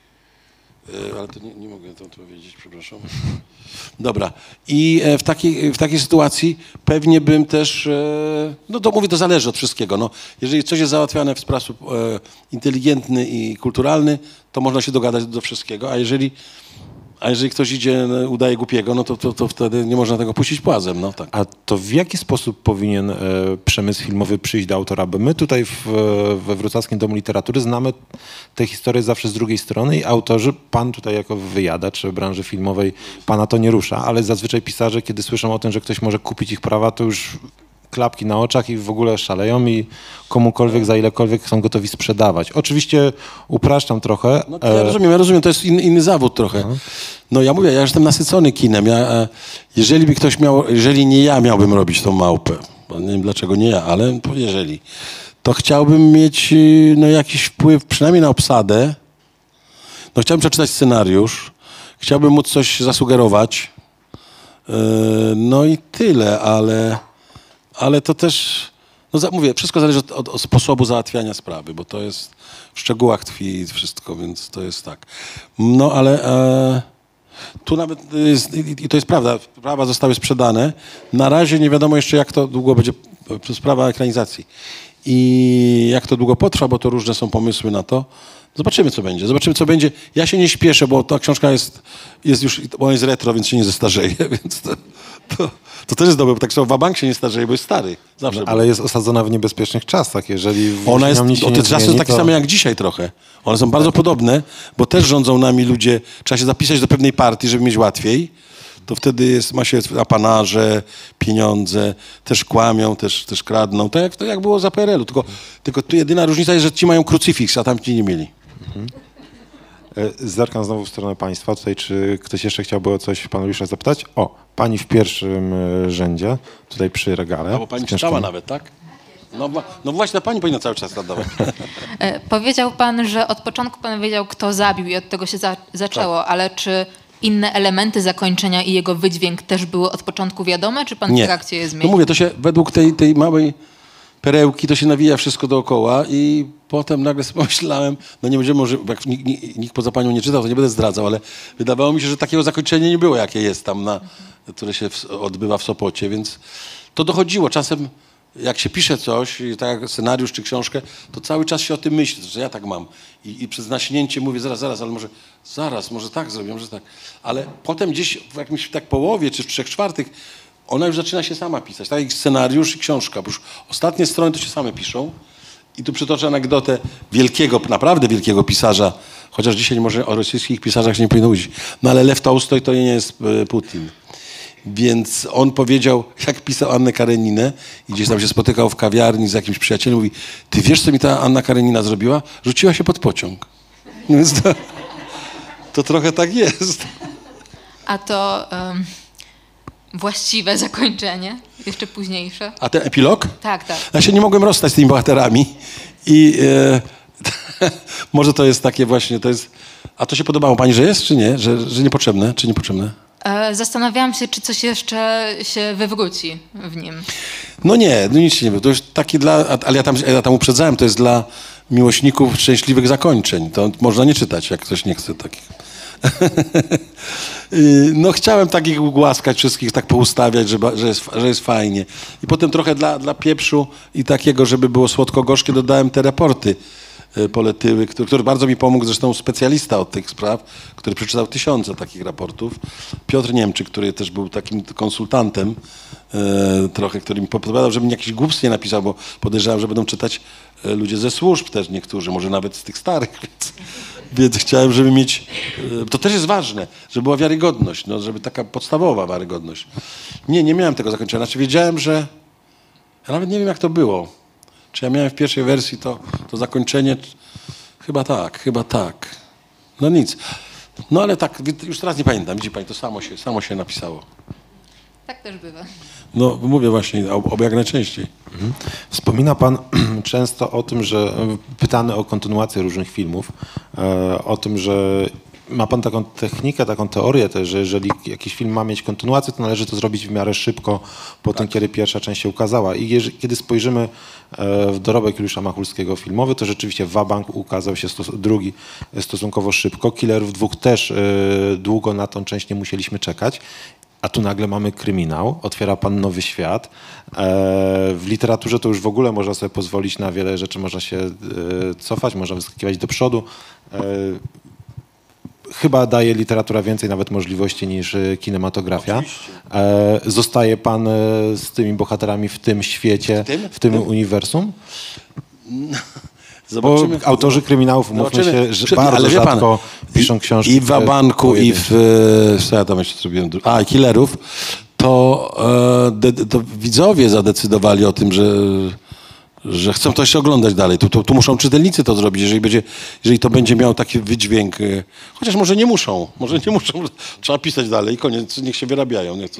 ale to nie mogę to powiedzieć, przepraszam. Dobra. I w takiej sytuacji pewnie bym też, no to mówię, to zależy od wszystkiego. No, jeżeli coś jest załatwiane w sposób inteligentny i kulturalny, to można się dogadać do wszystkiego, a jeżeli ktoś udaje głupiego, no to wtedy nie można tego puścić płazem. No, tak. A to w jaki sposób powinien przemysł filmowy przyjść do autora? Bo my tutaj we Wrocławskim Domu Literatury znamy tę historię zawsze z drugiej strony i autorzy, pan tutaj jako wyjadacz branży filmowej, pana to nie rusza, ale zazwyczaj pisarze, kiedy słyszą o tym, że ktoś może kupić ich prawa, to już klapki na oczach i w ogóle szaleją i komukolwiek za ilekolwiek są gotowi sprzedawać. Oczywiście upraszczam trochę. No, ja rozumiem, to jest inny zawód trochę. No ja mówię, ja jestem nasycony kinem. Jeżeli nie ja miałbym robić tą małpę, bo nie wiem dlaczego nie ja, ale jeżeli, to chciałbym mieć no, jakiś wpływ przynajmniej na obsadę. No chciałbym przeczytać scenariusz, chciałbym móc coś zasugerować. No i tyle, ale to też, no mówię, wszystko zależy od sposobu załatwiania sprawy, bo to jest, w szczegółach tkwi wszystko, więc to jest tak. No ale tu nawet, i to jest prawda, prawa zostały sprzedane. Na razie nie wiadomo jeszcze, jak to długo będzie, sprawa ekranizacji. I jak to długo potrwa, bo to różne są pomysły na to. Zobaczymy, co będzie. Ja się nie śpieszę, bo ta książka jest już, bo jest retro, więc się nie zestarzeje, więc to też jest dobre, bo tak samo Wabank się nie starzeje, bo jest stary. Zawsze. Ale jest osadzona w niebezpiecznych czasach, jeżeli Ona jest, nic się te nie czasy zmieni, są takie same jak dzisiaj trochę. One są bardzo podobne, bo też rządzą nami ludzie. Trzeba się zapisać do pewnej partii, żeby mieć łatwiej. To wtedy ma się apanarze, pieniądze, też kłamią, też kradną. To jak było za PRL-u. Tylko tu jedyna różnica jest, że ci mają krucyfiks, a tamci nie mieli. Zerkam znowu w stronę państwa tutaj, czy ktoś jeszcze chciałby o coś pana Juliusza zapytać? O, pani w pierwszym rzędzie, tutaj przy regale. Albo pani z książkami. czytała nawet, tak? No właśnie, pani powinna cały czas nadawać. Powiedział pan, że od początku pan wiedział, kto zabił i od tego się zaczęło, ale czy inne elementy zakończenia i jego wydźwięk też były od początku wiadome, czy pan w trakcie je No zmienił? mówię, to się według tej małej perełki to się nawija wszystko dookoła i potem nagle sobie pomyślałem, no nie będziemy może, bo jak nikt poza panią nie czytał, to nie będę zdradzał, ale wydawało mi się, że takiego zakończenia nie było, jakie jest tam, które się odbywa w Sopocie, więc to dochodziło. Czasem jak się pisze coś, tak jak scenariusz czy książkę, to cały czas się o tym myśli, że ja tak mam. I przez naśnięcie mówię, zaraz, ale może tak zrobię, może tak. Ale potem gdzieś w jakimś tak połowie czy w 3/4 ona już zaczyna się sama pisać. Tak jak scenariusz i książka, bo już ostatnie strony to się same piszą. I tu przytoczę anegdotę wielkiego, naprawdę wielkiego pisarza, chociaż dzisiaj może o rosyjskich pisarzach się nie powinno mówić. No ale Lew Tołstoj to nie jest Putin. Więc on powiedział, jak pisał Annę Kareninę i gdzieś tam się spotykał w kawiarni z jakimś przyjacielem, mówi, ty wiesz, co mi ta Anna Karenina zrobiła? Rzuciła się pod pociąg. Więc to trochę tak jest. A to właściwe zakończenie, jeszcze późniejsze? A ten epilog? Tak. Ja się nie mogłem rozstać z tymi bohaterami i może to jest takie właśnie, a to się podobało pani, że jest, czy nie? Że niepotrzebne, czy niepotrzebne? Zastanawiałam się, czy coś jeszcze się wywróci w nim. No nie, no nic się nie było. To już taki ale ja tam uprzedzałem, to jest dla miłośników szczęśliwych zakończeń. To można nie czytać, jak ktoś nie chce takich. No chciałem takich ugłaskać wszystkich, tak poustawiać, że jest fajnie. I potem trochę dla pieprzu i takiego, żeby było słodko-gorzkie, dodałem te raporty Poletyły, który bardzo mi pomógł, zresztą specjalista od tych spraw, który przeczytał 1000 takich raportów. Piotr Niemczyk, który też był takim konsultantem trochę, który mi podpowiadał, żebym jakiś głupstw nie napisał, bo podejrzewam, że będą czytać ludzie ze służb też niektórzy, może nawet z tych starych, więc chciałem, żeby mieć... To też jest ważne, żeby była wiarygodność, no, żeby taka podstawowa wiarygodność. Nie miałem tego zakończenia. Znaczy wiedziałem, że... Ja nawet nie wiem, jak to było. Czy ja miałem w pierwszej wersji to zakończenie? Chyba tak. No nic. No ale tak, już teraz nie pamiętam. Widzi pani, to samo się napisało. Tak też bywa. No mówię właśnie, oby jak najczęściej. Wspomina pan często o tym, że pytany o kontynuację różnych filmów, o tym, że ma pan taką technikę, taką teorię też, że jeżeli jakiś film ma mieć kontynuację, to należy to zrobić w miarę szybko po tym, kiedy pierwsza część się ukazała. I kiedy spojrzymy w dorobek Juliusza Machulskiego filmowy, to rzeczywiście Wabank ukazał się drugi stosunkowo szybko. Killerów 2 też długo na tą część nie musieliśmy czekać. A tu nagle mamy kryminał, otwiera pan nowy świat. W literaturze to już w ogóle można sobie pozwolić na wiele rzeczy, można się cofać, można wyskakiwać do przodu. Chyba daje literatura więcej nawet możliwości niż kinematografia. Zostaje pan z tymi bohaterami w tym świecie, w tym uniwersum? Zobaczymy. Bo autorzy kryminałów, umówmy się, że bardzo rzadko piszą książki. I w Wabanku, i w... Co ja tam jeszcze zrobiłem? I Killerów. To widzowie zadecydowali o tym, że chcą to jeszcze oglądać dalej. Tu muszą czytelnicy to zrobić, jeżeli to będzie miało taki wydźwięk. Chociaż może nie muszą. Trzeba pisać dalej i koniec, niech się wyrabiają. Nie? Co.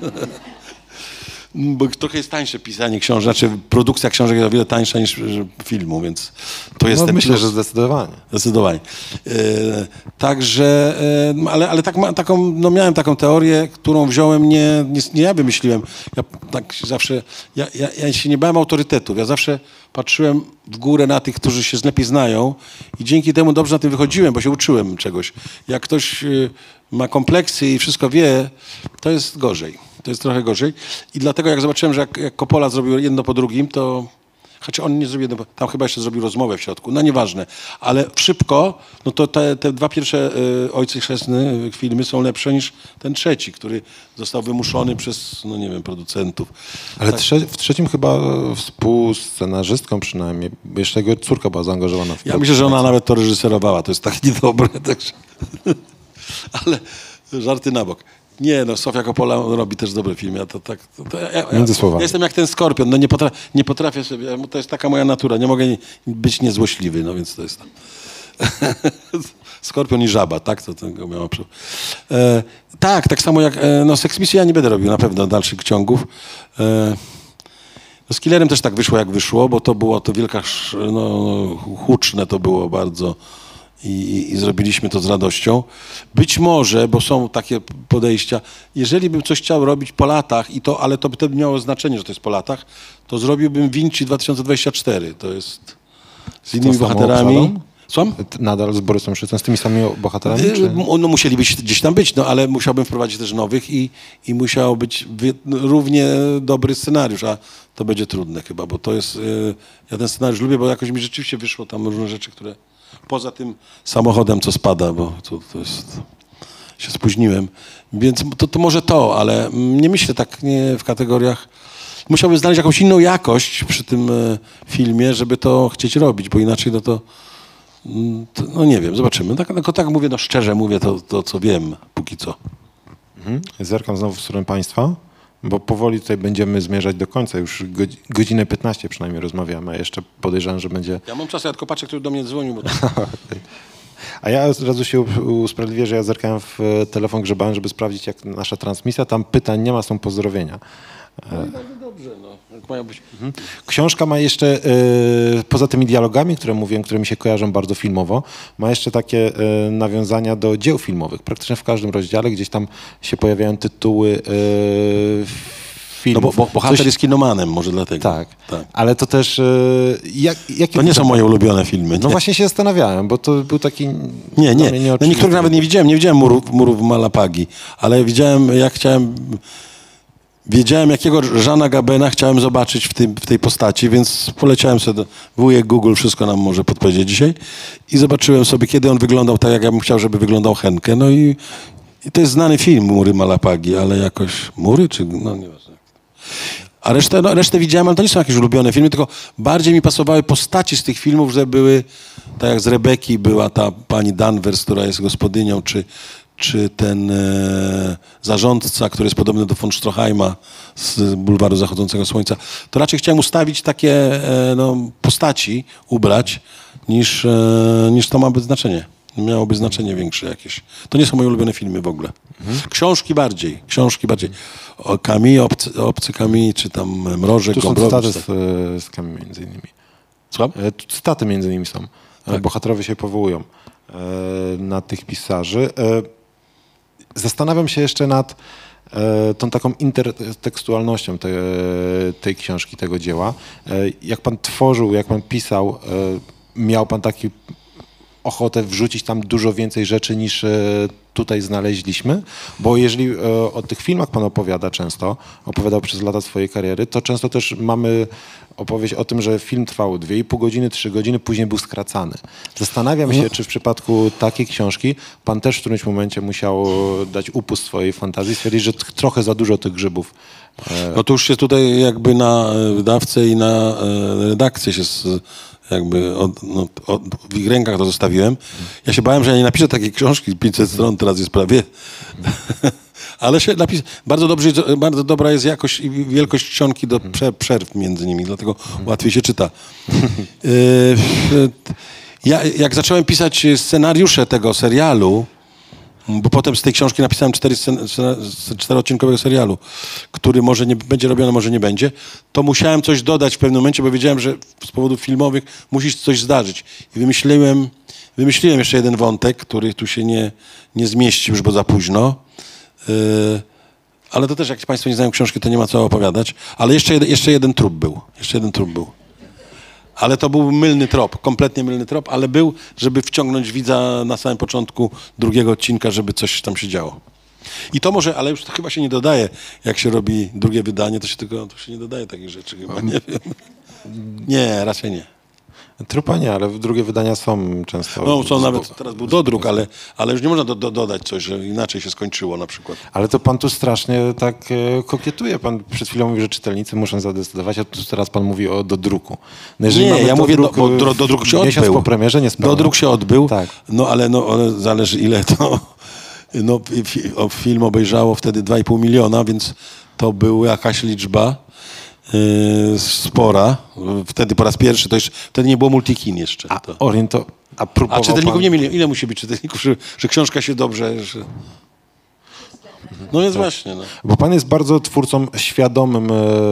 Bo trochę jest tańsze pisanie książek, znaczy produkcja książek jest o wiele tańsza niż filmu, więc to jest ten myślę, plus. że zdecydowanie. Zdecydowanie. Także, ale miałem taką teorię, którą wziąłem, nie ja wymyśliłem. Ja tak zawsze, ja się nie bałem autorytetów. Ja zawsze patrzyłem w górę na tych, którzy się lepiej znają i dzięki temu dobrze na tym wychodziłem, bo się uczyłem czegoś. Jak ktoś ma kompleksy i wszystko wie, to jest gorzej. To jest trochę gorzej. I dlatego jak zobaczyłem, że jak Coppola zrobił jedno po drugim, to... Chociaż on nie zrobił jedno, tam chyba jeszcze zrobił rozmowę w środku. No nieważne. Ale szybko, no to te 2 pierwsze Ojciec Chrzestny filmy są lepsze niż ten trzeci, który został wymuszony przez, no nie wiem, producentów. Ale w trzecim chyba współscenarzystką przynajmniej, jeszcze jego córka była zaangażowana w Ja myślę, że ona nawet to reżyserowała. To jest tak niedobre. Także... Ale żarty na bok. Nie, no Sofia Coppola robi też dobre filmy. Między słowami. Ja jestem jak ten Skorpion, no nie potrafię sobie, to jest taka moja natura, nie mogę być niezłośliwy, no więc to jest to. Skorpion i żaba, tak? To tego miała tak, tak samo jak no Sex Misji ja nie będę robił na pewno dalszych ciągów. No z Killerem też tak wyszło, jak wyszło, bo to było to wielka, huczne to było bardzo i zrobiliśmy to z radością. Być może, bo są takie podejścia, jeżeli bym coś chciał robić po latach, ale to by wtedy miało znaczenie, że to jest po latach, to zrobiłbym Vinci 2024. To jest z innymi samą bohaterami. obsadą? Słucham? Nadal z Borysem Szycem, z tymi samymi bohaterami? Czy? No musieliby gdzieś tam być, no ale musiałbym wprowadzić też nowych i musiał być równie dobry scenariusz, a to będzie trudne chyba, bo to jest, ja ten scenariusz lubię, bo jakoś mi rzeczywiście wyszło tam różne rzeczy, które poza tym samochodem, co spada, bo to jest, się spóźniłem, więc to może to, ale nie myślę tak nie w kategoriach, musiałbym znaleźć jakąś inną jakość przy tym filmie, żeby to chcieć robić, bo inaczej no nie wiem, zobaczymy. Tak mówię, no szczerze mówię to, co wiem, póki co. Zerkam znowu w stronę państwa, bo powoli tutaj będziemy zmierzać do końca. Już godzinę 15 przynajmniej rozmawiamy, a jeszcze podejrzewam, że będzie... Ja mam czas, ja tylko patrzę, który do mnie dzwonił. Bo A ja od razu się usprawiedliwię, że ja zerkałem w telefon, grzebałem, żeby sprawdzić, jak nasza transmisja. Tam pytań nie ma, są pozdrowienia. bardzo dobrze, no. Jak mają być... Książka ma jeszcze, poza tymi dialogami, które mówiłem, które mi się kojarzą bardzo filmowo, ma jeszcze takie nawiązania do dzieł filmowych. Praktycznie w każdym rozdziale gdzieś tam się pojawiają tytuły filmów. No bo bohater jest kinomanem, może dlatego. Tak, ale to też... To nie są moje ulubione filmy. No Nie. właśnie się zastanawiałem, bo to był taki... Nie. dla mnie No niektórych nawet nie widziałem. Nie widziałem murów Malapagi, ale wiedziałem, jakiego Jeana Gabena chciałem zobaczyć w tej postaci, więc poleciałem sobie wujek Google, wszystko nam może podpowiedzieć dzisiaj i zobaczyłem sobie, kiedy on wyglądał tak, jak ja bym chciał, żeby wyglądał Henke. No i to jest znany film, Mury Malapagi, ale jakoś... Mury czy... No nieważne. A resztę widziałem, ale to nie są jakieś ulubione filmy, tylko bardziej mi pasowały postaci z tych filmów, że były, tak jak z Rebeki była ta pani Danvers, która jest gospodynią, czy ten zarządca, który jest podobny do von Stroheima z Bulwaru Zachodzącego Słońca, to raczej chciałem ustawić takie postaci, ubrać, niż to ma być znaczenie. Miałoby znaczenie większe jakieś. To nie są moje ulubione filmy w ogóle. Książki bardziej. O Camus, obcy Camus, czy tam Mrożek, Tu są Gombrowicz. cytaty z Camus między innymi. Słucham? Cytaty między innymi są. Tak. Bohaterowie się powołują na tych pisarzy. Zastanawiam się jeszcze nad tą taką intertekstualnością tej książki, tego dzieła. Jak pan tworzył, jak pan pisał, miał pan taki ochotę wrzucić tam dużo więcej rzeczy niż tutaj znaleźliśmy? Bo jeżeli o tych filmach pan opowiadał przez lata swojej kariery, to często też mamy opowieść o tym, że film trwał 2,5 godziny, 3 godziny, później był skracany. Zastanawiam się, czy w przypadku takiej książki pan też w którymś momencie musiał dać upust swojej fantazji, stwierdzić, że trochę za dużo tych grzybów. No to już się tutaj jakby na wydawcę i na redakcję się jakby w ich rękach to zostawiłem. Ja się bałem, że ja nie napiszę takiej książki, 500 stron teraz jest prawie. Ale się bardzo dobra jest jakość i wielkość czcionki do przerw między nimi, dlatego łatwiej się czyta. Ja jak zacząłem pisać scenariusze tego serialu, bo potem z tej książki napisałem 4-odcinkowego serialu, który może nie będzie robiony, może nie będzie, to musiałem coś dodać w pewnym momencie, bo wiedziałem, że z powodów filmowych musi coś zdarzyć. I wymyśliłem jeszcze jeden wątek, który tu się nie zmieścił już, bo za późno. Ale to też, jak państwo nie znają książki, to nie ma co opowiadać. Ale jeszcze jeden trup był. Ale to był mylny trop, kompletnie mylny trop, ale był, żeby wciągnąć widza na samym początku drugiego odcinka, żeby coś tam się działo. I to może, ale już to chyba się nie dodaje, jak się robi drugie wydanie, to się nie dodaje takich rzeczy chyba, nie wiem. Nie, raczej nie. Trupa nie, ale drugie wydania są często... No, są nawet, teraz był dodruk, ale już nie można dodać coś, że inaczej się skończyło na przykład. Ale to pan tu strasznie tak kokietuje. Pan przed chwilą mówił, że czytelnicy muszą zadecydować, a tu teraz pan mówi o dodruku. No nie, ja mówię, bo dodruk się miesiąc odbył. Po premierze nie spełnił. Dodruk się odbył, tak. ale zależy ile to... No, film obejrzało wtedy 2,5 miliona, więc to była jakaś liczba spora. Wtedy po raz pierwszy, wtedy nie było multikin jeszcze. A próbował czytelników pan... nie mieli. Ile musi być czytelników, że książka się dobrze... Że... No jest właśnie. No. Bo pan jest bardzo twórcą świadomym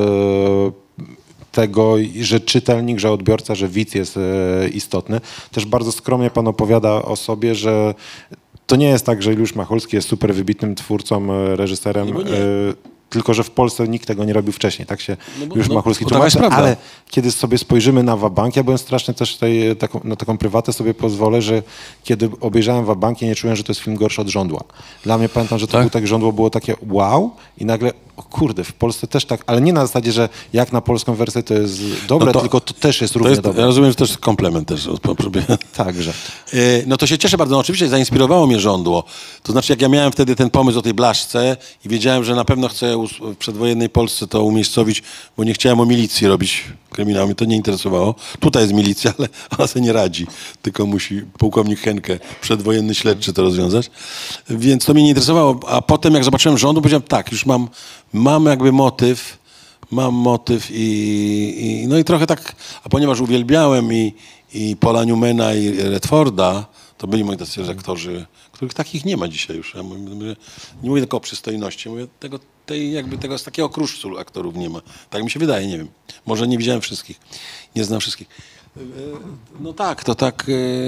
tego, że czytelnik, że odbiorca, że widz jest istotny. Też bardzo skromnie pan opowiada o sobie, że to nie jest tak, że Juliusz Macholski jest super wybitnym twórcą, reżyserem, Nie. tylko że w Polsce nikt tego nie robił wcześniej. Tak się Juliusz Macholski bo taka jest tłumaczy, prawda. ale kiedy sobie spojrzymy na Wabank, ja byłem strasznie też tutaj, na taką prywatę sobie pozwolę, że kiedy obejrzałem Wabank, ja nie czułem, że to jest film gorszy od Żądła. Dla mnie, pamiętam, że to był tak, Żądło było takie wow i nagle, o kurde, w Polsce też tak, ale nie na zasadzie, że jak na polską wersję to jest dobre, tylko to też jest równie dobre. Ja rozumiem, że to jest komplement też. Także. No to się cieszę bardzo. No, oczywiście zainspirowało mnie Żądło. To znaczy, jak ja miałem wtedy ten pomysł o tej blaszce i wiedziałem, że na pewno chcę w przedwojennej Polsce to umiejscowić, bo nie chciałem o milicji robić kryminału. Mnie to nie interesowało. Tutaj jest milicja, ale ona sobie nie radzi. Tylko musi pułkownik Henke, przedwojenny śledczy, to rozwiązać. Więc to mnie nie interesowało. A potem, jak zobaczyłem Żądło, powiedziałem, tak, już mam jakby motyw. Mam motyw no i trochę tak, a ponieważ uwielbiałem i Paula Newmana i Redforda, to byli moi tacy aktorzy, których takich nie ma dzisiaj już. Ja nie mówię tylko o przystojności, mówię tego z takiego kruszcu aktorów nie ma. Tak mi się wydaje, nie wiem. Może nie widziałem wszystkich, nie znam wszystkich. No tak, to tak.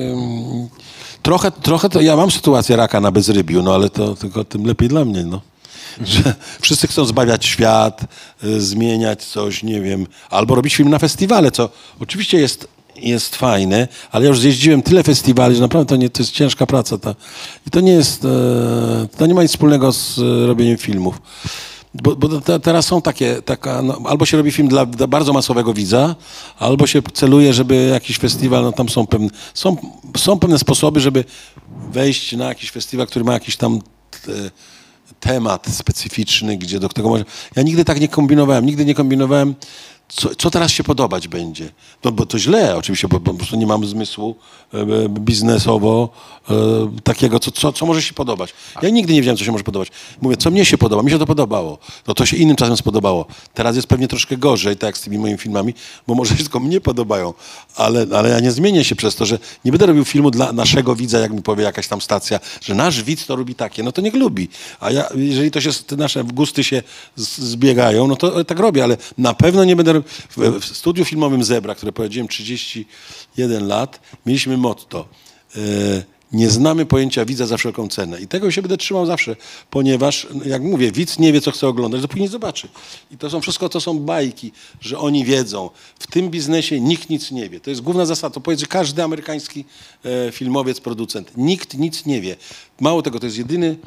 Trochę to ja mam sytuację raka na bezrybiu, no ale to tylko tym lepiej dla mnie, no. Że wszyscy chcą zbawiać świat, zmieniać coś, nie wiem, albo robić film na festiwale, co oczywiście jest fajne, ale ja już zjeździłem tyle festiwali, że naprawdę to jest ciężka praca. I to nie jest, to nie ma nic wspólnego z robieniem filmów. Bo teraz są albo się robi film dla bardzo masowego widza, albo się celuje, żeby jakiś festiwal, no tam są pewne sposoby, żeby wejść na jakiś festiwal, który ma jakiś tam temat specyficzny, do którego może... Ja nigdy tak nie kombinowałem, co teraz się podobać będzie. No bo to źle oczywiście, bo po prostu nie mam zmysłu biznesowo takiego, co może się podobać. Ja nigdy nie wiedziałem, co się może podobać. Mówię, co mnie się podoba, mi się to podobało. No to się innym czasem spodobało. Teraz jest pewnie troszkę gorzej, tak jak z tymi moimi filmami, bo może się tylko mnie podobają, ale ja nie zmienię się przez to, że nie będę robił filmu dla naszego widza, jak mi powie jakaś tam stacja, że nasz widz to lubi takie, no to niech lubi. A ja, jeżeli te nasze gusty się zbiegają, no to tak robię, ale na pewno nie będę w studiu filmowym Zebra, które prowadziłem 31 lat, mieliśmy motto: nie znamy pojęcia widza za wszelką cenę. I tego się będę trzymał zawsze, ponieważ, jak mówię, widz nie wie, co chce oglądać, dopóki nie zobaczy. I to są bajki, że oni wiedzą. W tym biznesie nikt nic nie wie. To jest główna zasada. To powiedz, że każdy amerykański filmowiec, producent. Nikt nic nie wie. Mało tego, to jest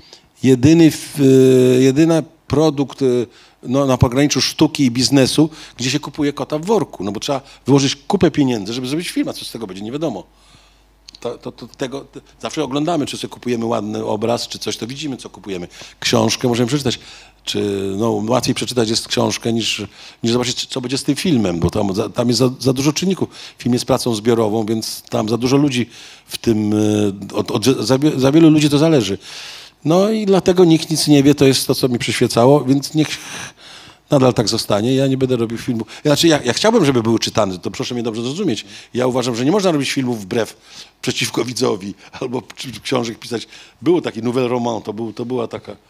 jedyny produkt na pograniczu sztuki i biznesu, gdzie się kupuje kota w worku. No bo trzeba wyłożyć kupę pieniędzy, żeby zrobić film, a co z tego będzie, nie wiadomo. Zawsze oglądamy, czy sobie kupujemy ładny obraz, czy coś, to widzimy, co kupujemy. Książkę możemy przeczytać. Łatwiej przeczytać jest książkę, niż zobaczyć, co będzie z tym filmem, bo tam jest za dużo czynników. Film jest pracą zbiorową, więc tam za dużo ludzi w tym, za wielu ludzi to zależy. No i dlatego nikt nic nie wie, to jest to, co mi przyświecało, więc niech nadal tak zostanie. Ja nie będę robił filmu. Znaczy, ja chciałbym, żeby były czytane, to proszę mnie dobrze zrozumieć. Ja uważam, że nie można robić filmów przeciwko widzowi, albo książek pisać. Było taki nouvelle roman, to była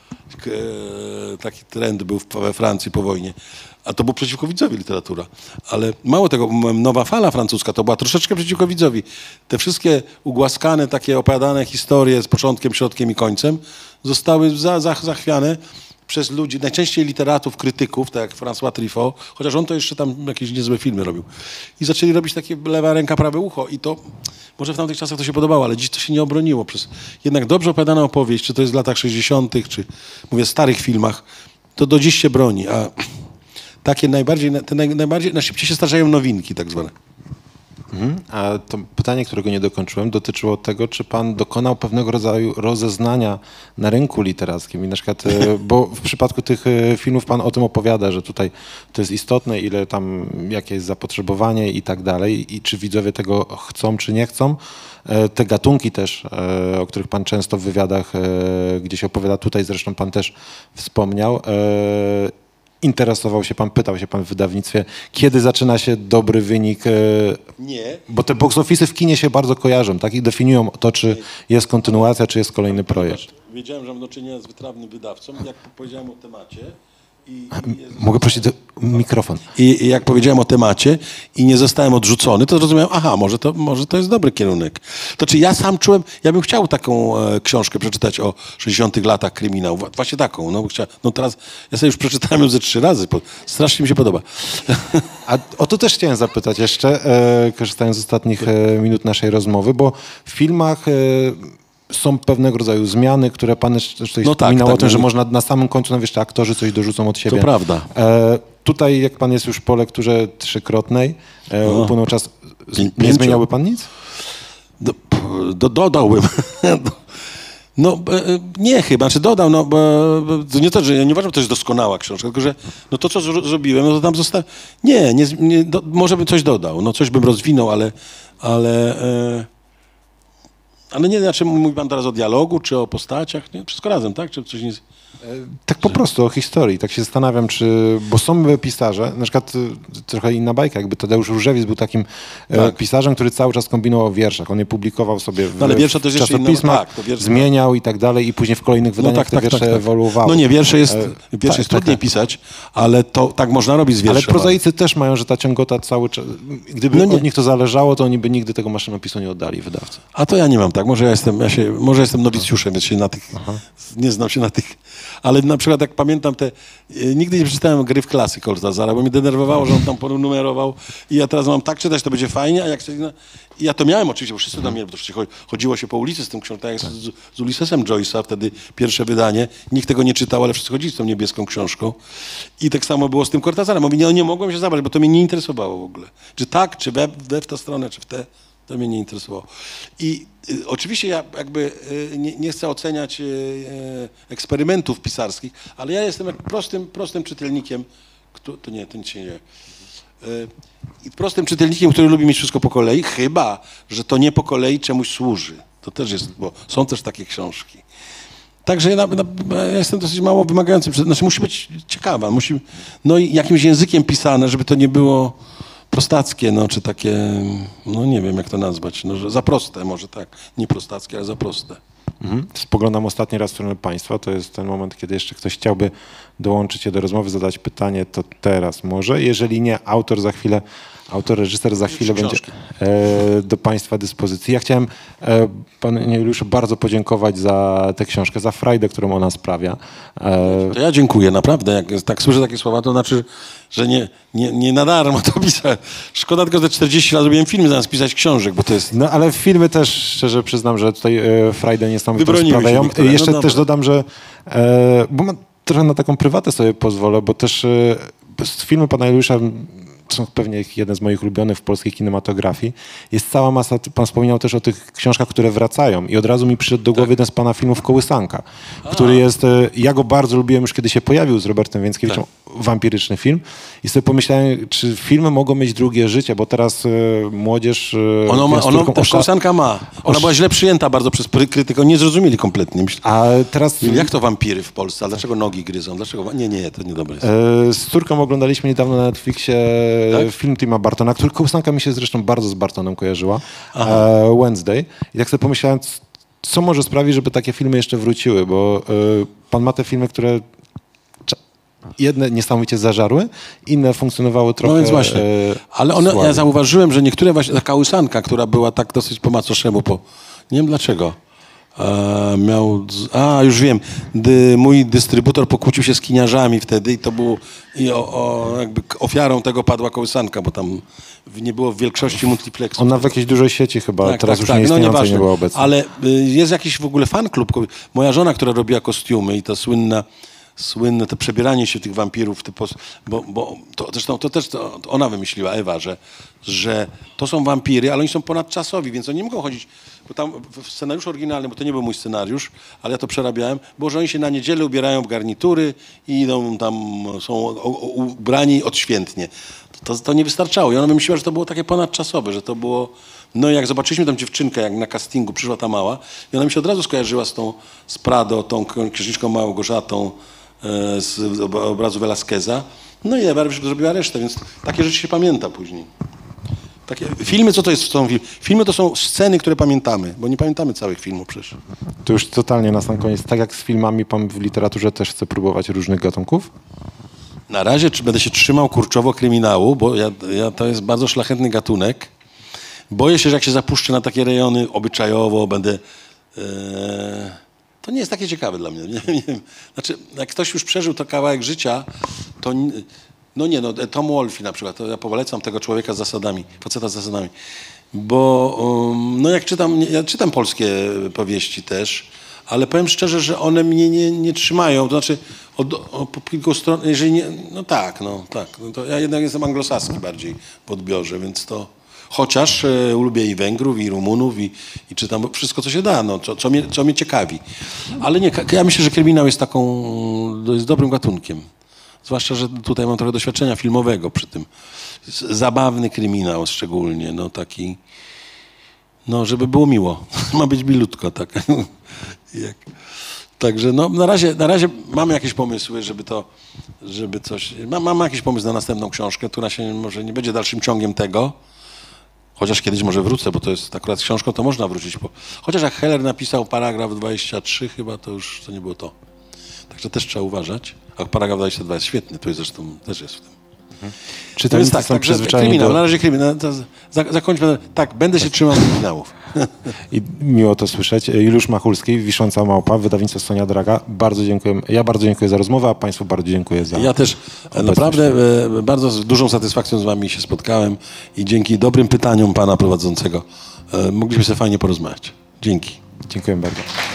taki trend był we Francji po wojnie. A to było przeciwko widzowi literatura. Ale mało tego, nowa fala francuska to była troszeczkę przeciwko widzowi. Te wszystkie ugłaskane, takie opowiadane historie z początkiem, środkiem i końcem zostały zachwiane przez ludzi, najczęściej literatów, krytyków, tak jak François Truffaut, chociaż on to jeszcze tam jakieś niezłe filmy robił. I zaczęli robić takie lewa ręka, prawe ucho i to może w tamtych czasach to się podobało, ale dziś to się nie obroniło. Jednak dobrze opowiadana opowieść, czy to jest w latach 60., czy mówię, starych filmach, to do dziś się broni, a takie najszybciej się starzeją nowinki tak zwane. A to pytanie, którego nie dokończyłem, dotyczyło tego, czy pan dokonał pewnego rodzaju rozeznania na rynku literackim. I na przykład, bo w przypadku tych filmów pan o tym opowiada, że tutaj to jest istotne, ile tam, jakie jest zapotrzebowanie i tak dalej, i czy widzowie tego chcą, czy nie chcą. Te gatunki też, o których pan często w wywiadach gdzieś opowiada, tutaj zresztą pan też wspomniał. interesował się pan, pytał się pan w wydawnictwie, kiedy zaczyna się dobry wynik? Nie. Bo te box office'y w kinie się bardzo kojarzą, tak? I definiują to, czy jest kontynuacja, czy jest kolejny projekt. Wiedziałem, że mam do czynienia z wytrawnym wydawcą, jak powiedziałem o temacie. Mogę prosić mikrofon. I jak powiedziałem o temacie i nie zostałem odrzucony, to zrozumiałem, aha, może to jest dobry kierunek. To czy ja sam czułem, ja bym chciał taką książkę przeczytać o 60 latach kryminału. Właśnie taką. No teraz, ja sobie już przeczytałem ją ze 3 razy. Strasznie mi się podoba. A o to też chciałem zapytać jeszcze, korzystając z ostatnich minut naszej rozmowy, bo w filmach są pewnego rodzaju zmiany, które pan jeszcze wspominał o tym, że można na samym końcu, jeszcze aktorzy coś dorzucą od siebie. To prawda. Tutaj, jak pan jest już po lekturze 3-krotnej, upłynął czas, nie zmieniałby pan nic? Dodałbym. Nie chyba, czy dodał, to nie to, że ja nie uważam, że to jest doskonała książka, tylko że to, co zrobiłem, to tam zostało. Może bym coś dodał, coś bym rozwinął, ale nie, znaczy mówi pan teraz o dialogu, czy o postaciach, nie? Wszystko razem, tak? Czy coś nie... Tak po prostu o historii. Tak się zastanawiam, bo są pisarze, na przykład trochę inna bajka, jakby Tadeusz Różewicz był takim pisarzem, który cały czas kombinował o wierszach. On je publikował sobie ale wiersze to jest jeszcze czasopismach, zmieniał i tak dalej i później w kolejnych wydaniach te wiersze ewoluowały. No nie, wiersze jest trudniej pisać, ale to tak można robić z wierszem. Ale prozaicy też mają, że ta ciągota cały czas... Gdyby od nich to zależało, to oni by nigdy tego maszynopisu nie oddali wydawcy. A to ja nie mam tak. Może jestem nowicjuszem, więc się nie znam się na tych... Ale na przykład jak pamiętam nigdy nie przeczytałem Gry w klasy Cortázara, bo mnie denerwowało, że on tam ponumerował i ja teraz mam tak czytać, to będzie fajnie, a jak i ja to miałem oczywiście, bo wszyscy tam mieli, bo to chodziło się po ulicy z tym książką, tak jak z Ulyssesem Joyce'a, wtedy pierwsze wydanie, nikt tego nie czytał, ale wszyscy chodzili z tą niebieską książką i tak samo było z tym Cortázarem. Mówię, nie mogłem się zabrać, bo to mnie nie interesowało w ogóle. Czy tak, czy we w tę stronę, czy w tę. To mnie nie interesowało. I oczywiście ja jakby nie chcę oceniać eksperymentów pisarskich, ale ja jestem jak prostym czytelnikiem, to nic się nie dzieje. I prostym czytelnikiem, który lubi mieć wszystko po kolei, chyba że to nie po kolei czemuś służy. To też jest, bo są też takie książki. Także ja jestem dosyć mało wymagający. Znaczy musi być ciekawa, i jakimś językiem pisane, żeby to nie było prostackie, czy takie, nie wiem jak to nazwać, że za proste może tak, nie prostackie, ale za proste. Spoglądam ostatni raz w stronę państwa, to jest ten moment, kiedy jeszcze ktoś chciałby dołączyć się do rozmowy, zadać pytanie, to teraz może, jeżeli nie, reżyser za chwilę będzie do państwa dyspozycji. Ja chciałem panie Juliuszu bardzo podziękować za tę książkę, za frajdę, którą ona sprawia. To ja dziękuję, naprawdę, jak tak słyszę takie słowa, to znaczy, że nie na darmo to pisałem. Szkoda tylko, że 40 lat robiłem film zamiast pisać książek, bo to jest... No ale filmy też, szczerze przyznam, że tutaj frajdę niesamowitą sprawiają. Jeszcze też dodam, że bo trochę na taką prywatę sobie pozwolę, bo też filmy pana Juliusza są pewnie jeden z moich ulubionych w polskiej kinematografii. Jest cała masa, pan wspominał też o tych książkach, które wracają i od razu mi przyszedł do głowy jeden z pana filmów Kołysanka, który jest, ja go bardzo lubiłem już kiedy się pojawił z Robertem Więckiewiczem, wampiryczny film i sobie pomyślałem, czy filmy mogą mieć drugie życie, bo teraz młodzież... Kołysanka ma. Ona była źle przyjęta bardzo przez krytykę, nie zrozumieli kompletnie. A teraz... Jak to wampiry w Polsce? A dlaczego nogi gryzą? Dlaczego? Nie, to niedobre jest. Z córką oglądaliśmy niedawno na Netflixie film Tima Bartona, który Kołysanka mi się zresztą bardzo z Bartonem kojarzyła, Wednesday. I tak sobie pomyślałem, co może sprawić, żeby takie filmy jeszcze wróciły, bo pan ma te filmy, które jedne niesamowicie zażarły, inne funkcjonowały trochę właśnie. Ale ja zauważyłem, że niektóre właśnie, ta Kołysanka, która była tak dosyć po macoszemu, nie wiem dlaczego, już wiem, mój dystrybutor pokłócił się z kiniarzami wtedy i to było jakby ofiarą tego padła Kołysanka, bo tam nie było w większości multiplexów. Ona w jakiejś dużej sieci chyba, teraz już nie istniejącej, nie była obecna. Ale jest jakiś w ogóle fan klub. Moja żona, która robiła kostiumy i ta słynne to przebieranie się tych wampirów, bo to też ona wymyśliła, Ewa, że to są wampiry, ale oni są ponadczasowi, więc oni nie mogą chodzić, bo tam w scenariuszu oryginalnym, bo to nie był mój scenariusz, ale ja to przerabiałem, było, że oni się na niedzielę ubierają w garnitury i idą tam, są ubrani odświętnie. To nie wystarczało i ona wymyśliła, że to było takie ponadczasowe, że to było... No i jak zobaczyliśmy tam dziewczynkę, jak na castingu przyszła ta mała i ona mi się od razu skojarzyła z Prado, tą księżniczką Małgorzatą, z obrazu Velasqueza. No i Ewa zrobiła resztę, więc takie rzeczy się pamięta później. Takie filmy, co to jest? Filmy to są sceny, które pamiętamy, bo nie pamiętamy całych filmów przecież. To już totalnie na sam koniec. Tak jak z filmami, pan w literaturze też chce próbować różnych gatunków? Na razie będę się trzymał kurczowo kryminału, bo to jest bardzo szlachetny gatunek. Boję się, że jak się zapuszczę na takie rejony obyczajowo, będę... to nie jest takie ciekawe dla mnie. Nie wiem. Znaczy, jak ktoś już przeżył to kawałek życia, to... Tom Wolfe na przykład, to ja polecam tego człowieka z zasadami, faceta z zasadami. Bo jak ja czytam polskie powieści też, ale powiem szczerze, że one mnie nie trzymają. To znaczy, po kilku stron, jeżeli nie, tak. To ja jednak jestem anglosaski bardziej w odbiorze, więc to... Chociaż lubię i Węgrów, i Rumunów, i czytam wszystko, co się da, co mnie ciekawi. Ale nie, ja myślę, że kryminał jest jest dobrym gatunkiem. Zwłaszcza, że tutaj mam trochę doświadczenia filmowego przy tym. Zabawny kryminał szczególnie, taki... żeby było miło. Ma być milutko, tak. Także na razie mamy jakieś pomysły, żeby coś... Mam jakiś pomysł na następną książkę, która się może nie będzie dalszym ciągiem tego, chociaż kiedyś może wrócę, bo to jest akurat z książką, to można wrócić. Chociaż jak Heller napisał paragraf 23 chyba, to już to nie było to. Także też trzeba uważać. A paragraf 22 jest świetny, to jest zresztą też jest w tym. Czytelnicy są przyzwyczajeni kryminał, na razie kryminał. Zakończmy. Tak, będę się trzymał kryminałów. I miło to słyszeć. Juliusz Machulski, Wisząca Małpa, wydawnictwo Sonia Draga. Bardzo dziękuję. Ja bardzo dziękuję za rozmowę, a państwu bardzo dziękuję za... Ja też naprawdę bardzo z dużą satysfakcją z wami się spotkałem i dzięki dobrym pytaniom pana prowadzącego mogliśmy sobie fajnie porozmawiać. Dzięki. Dziękuję bardzo.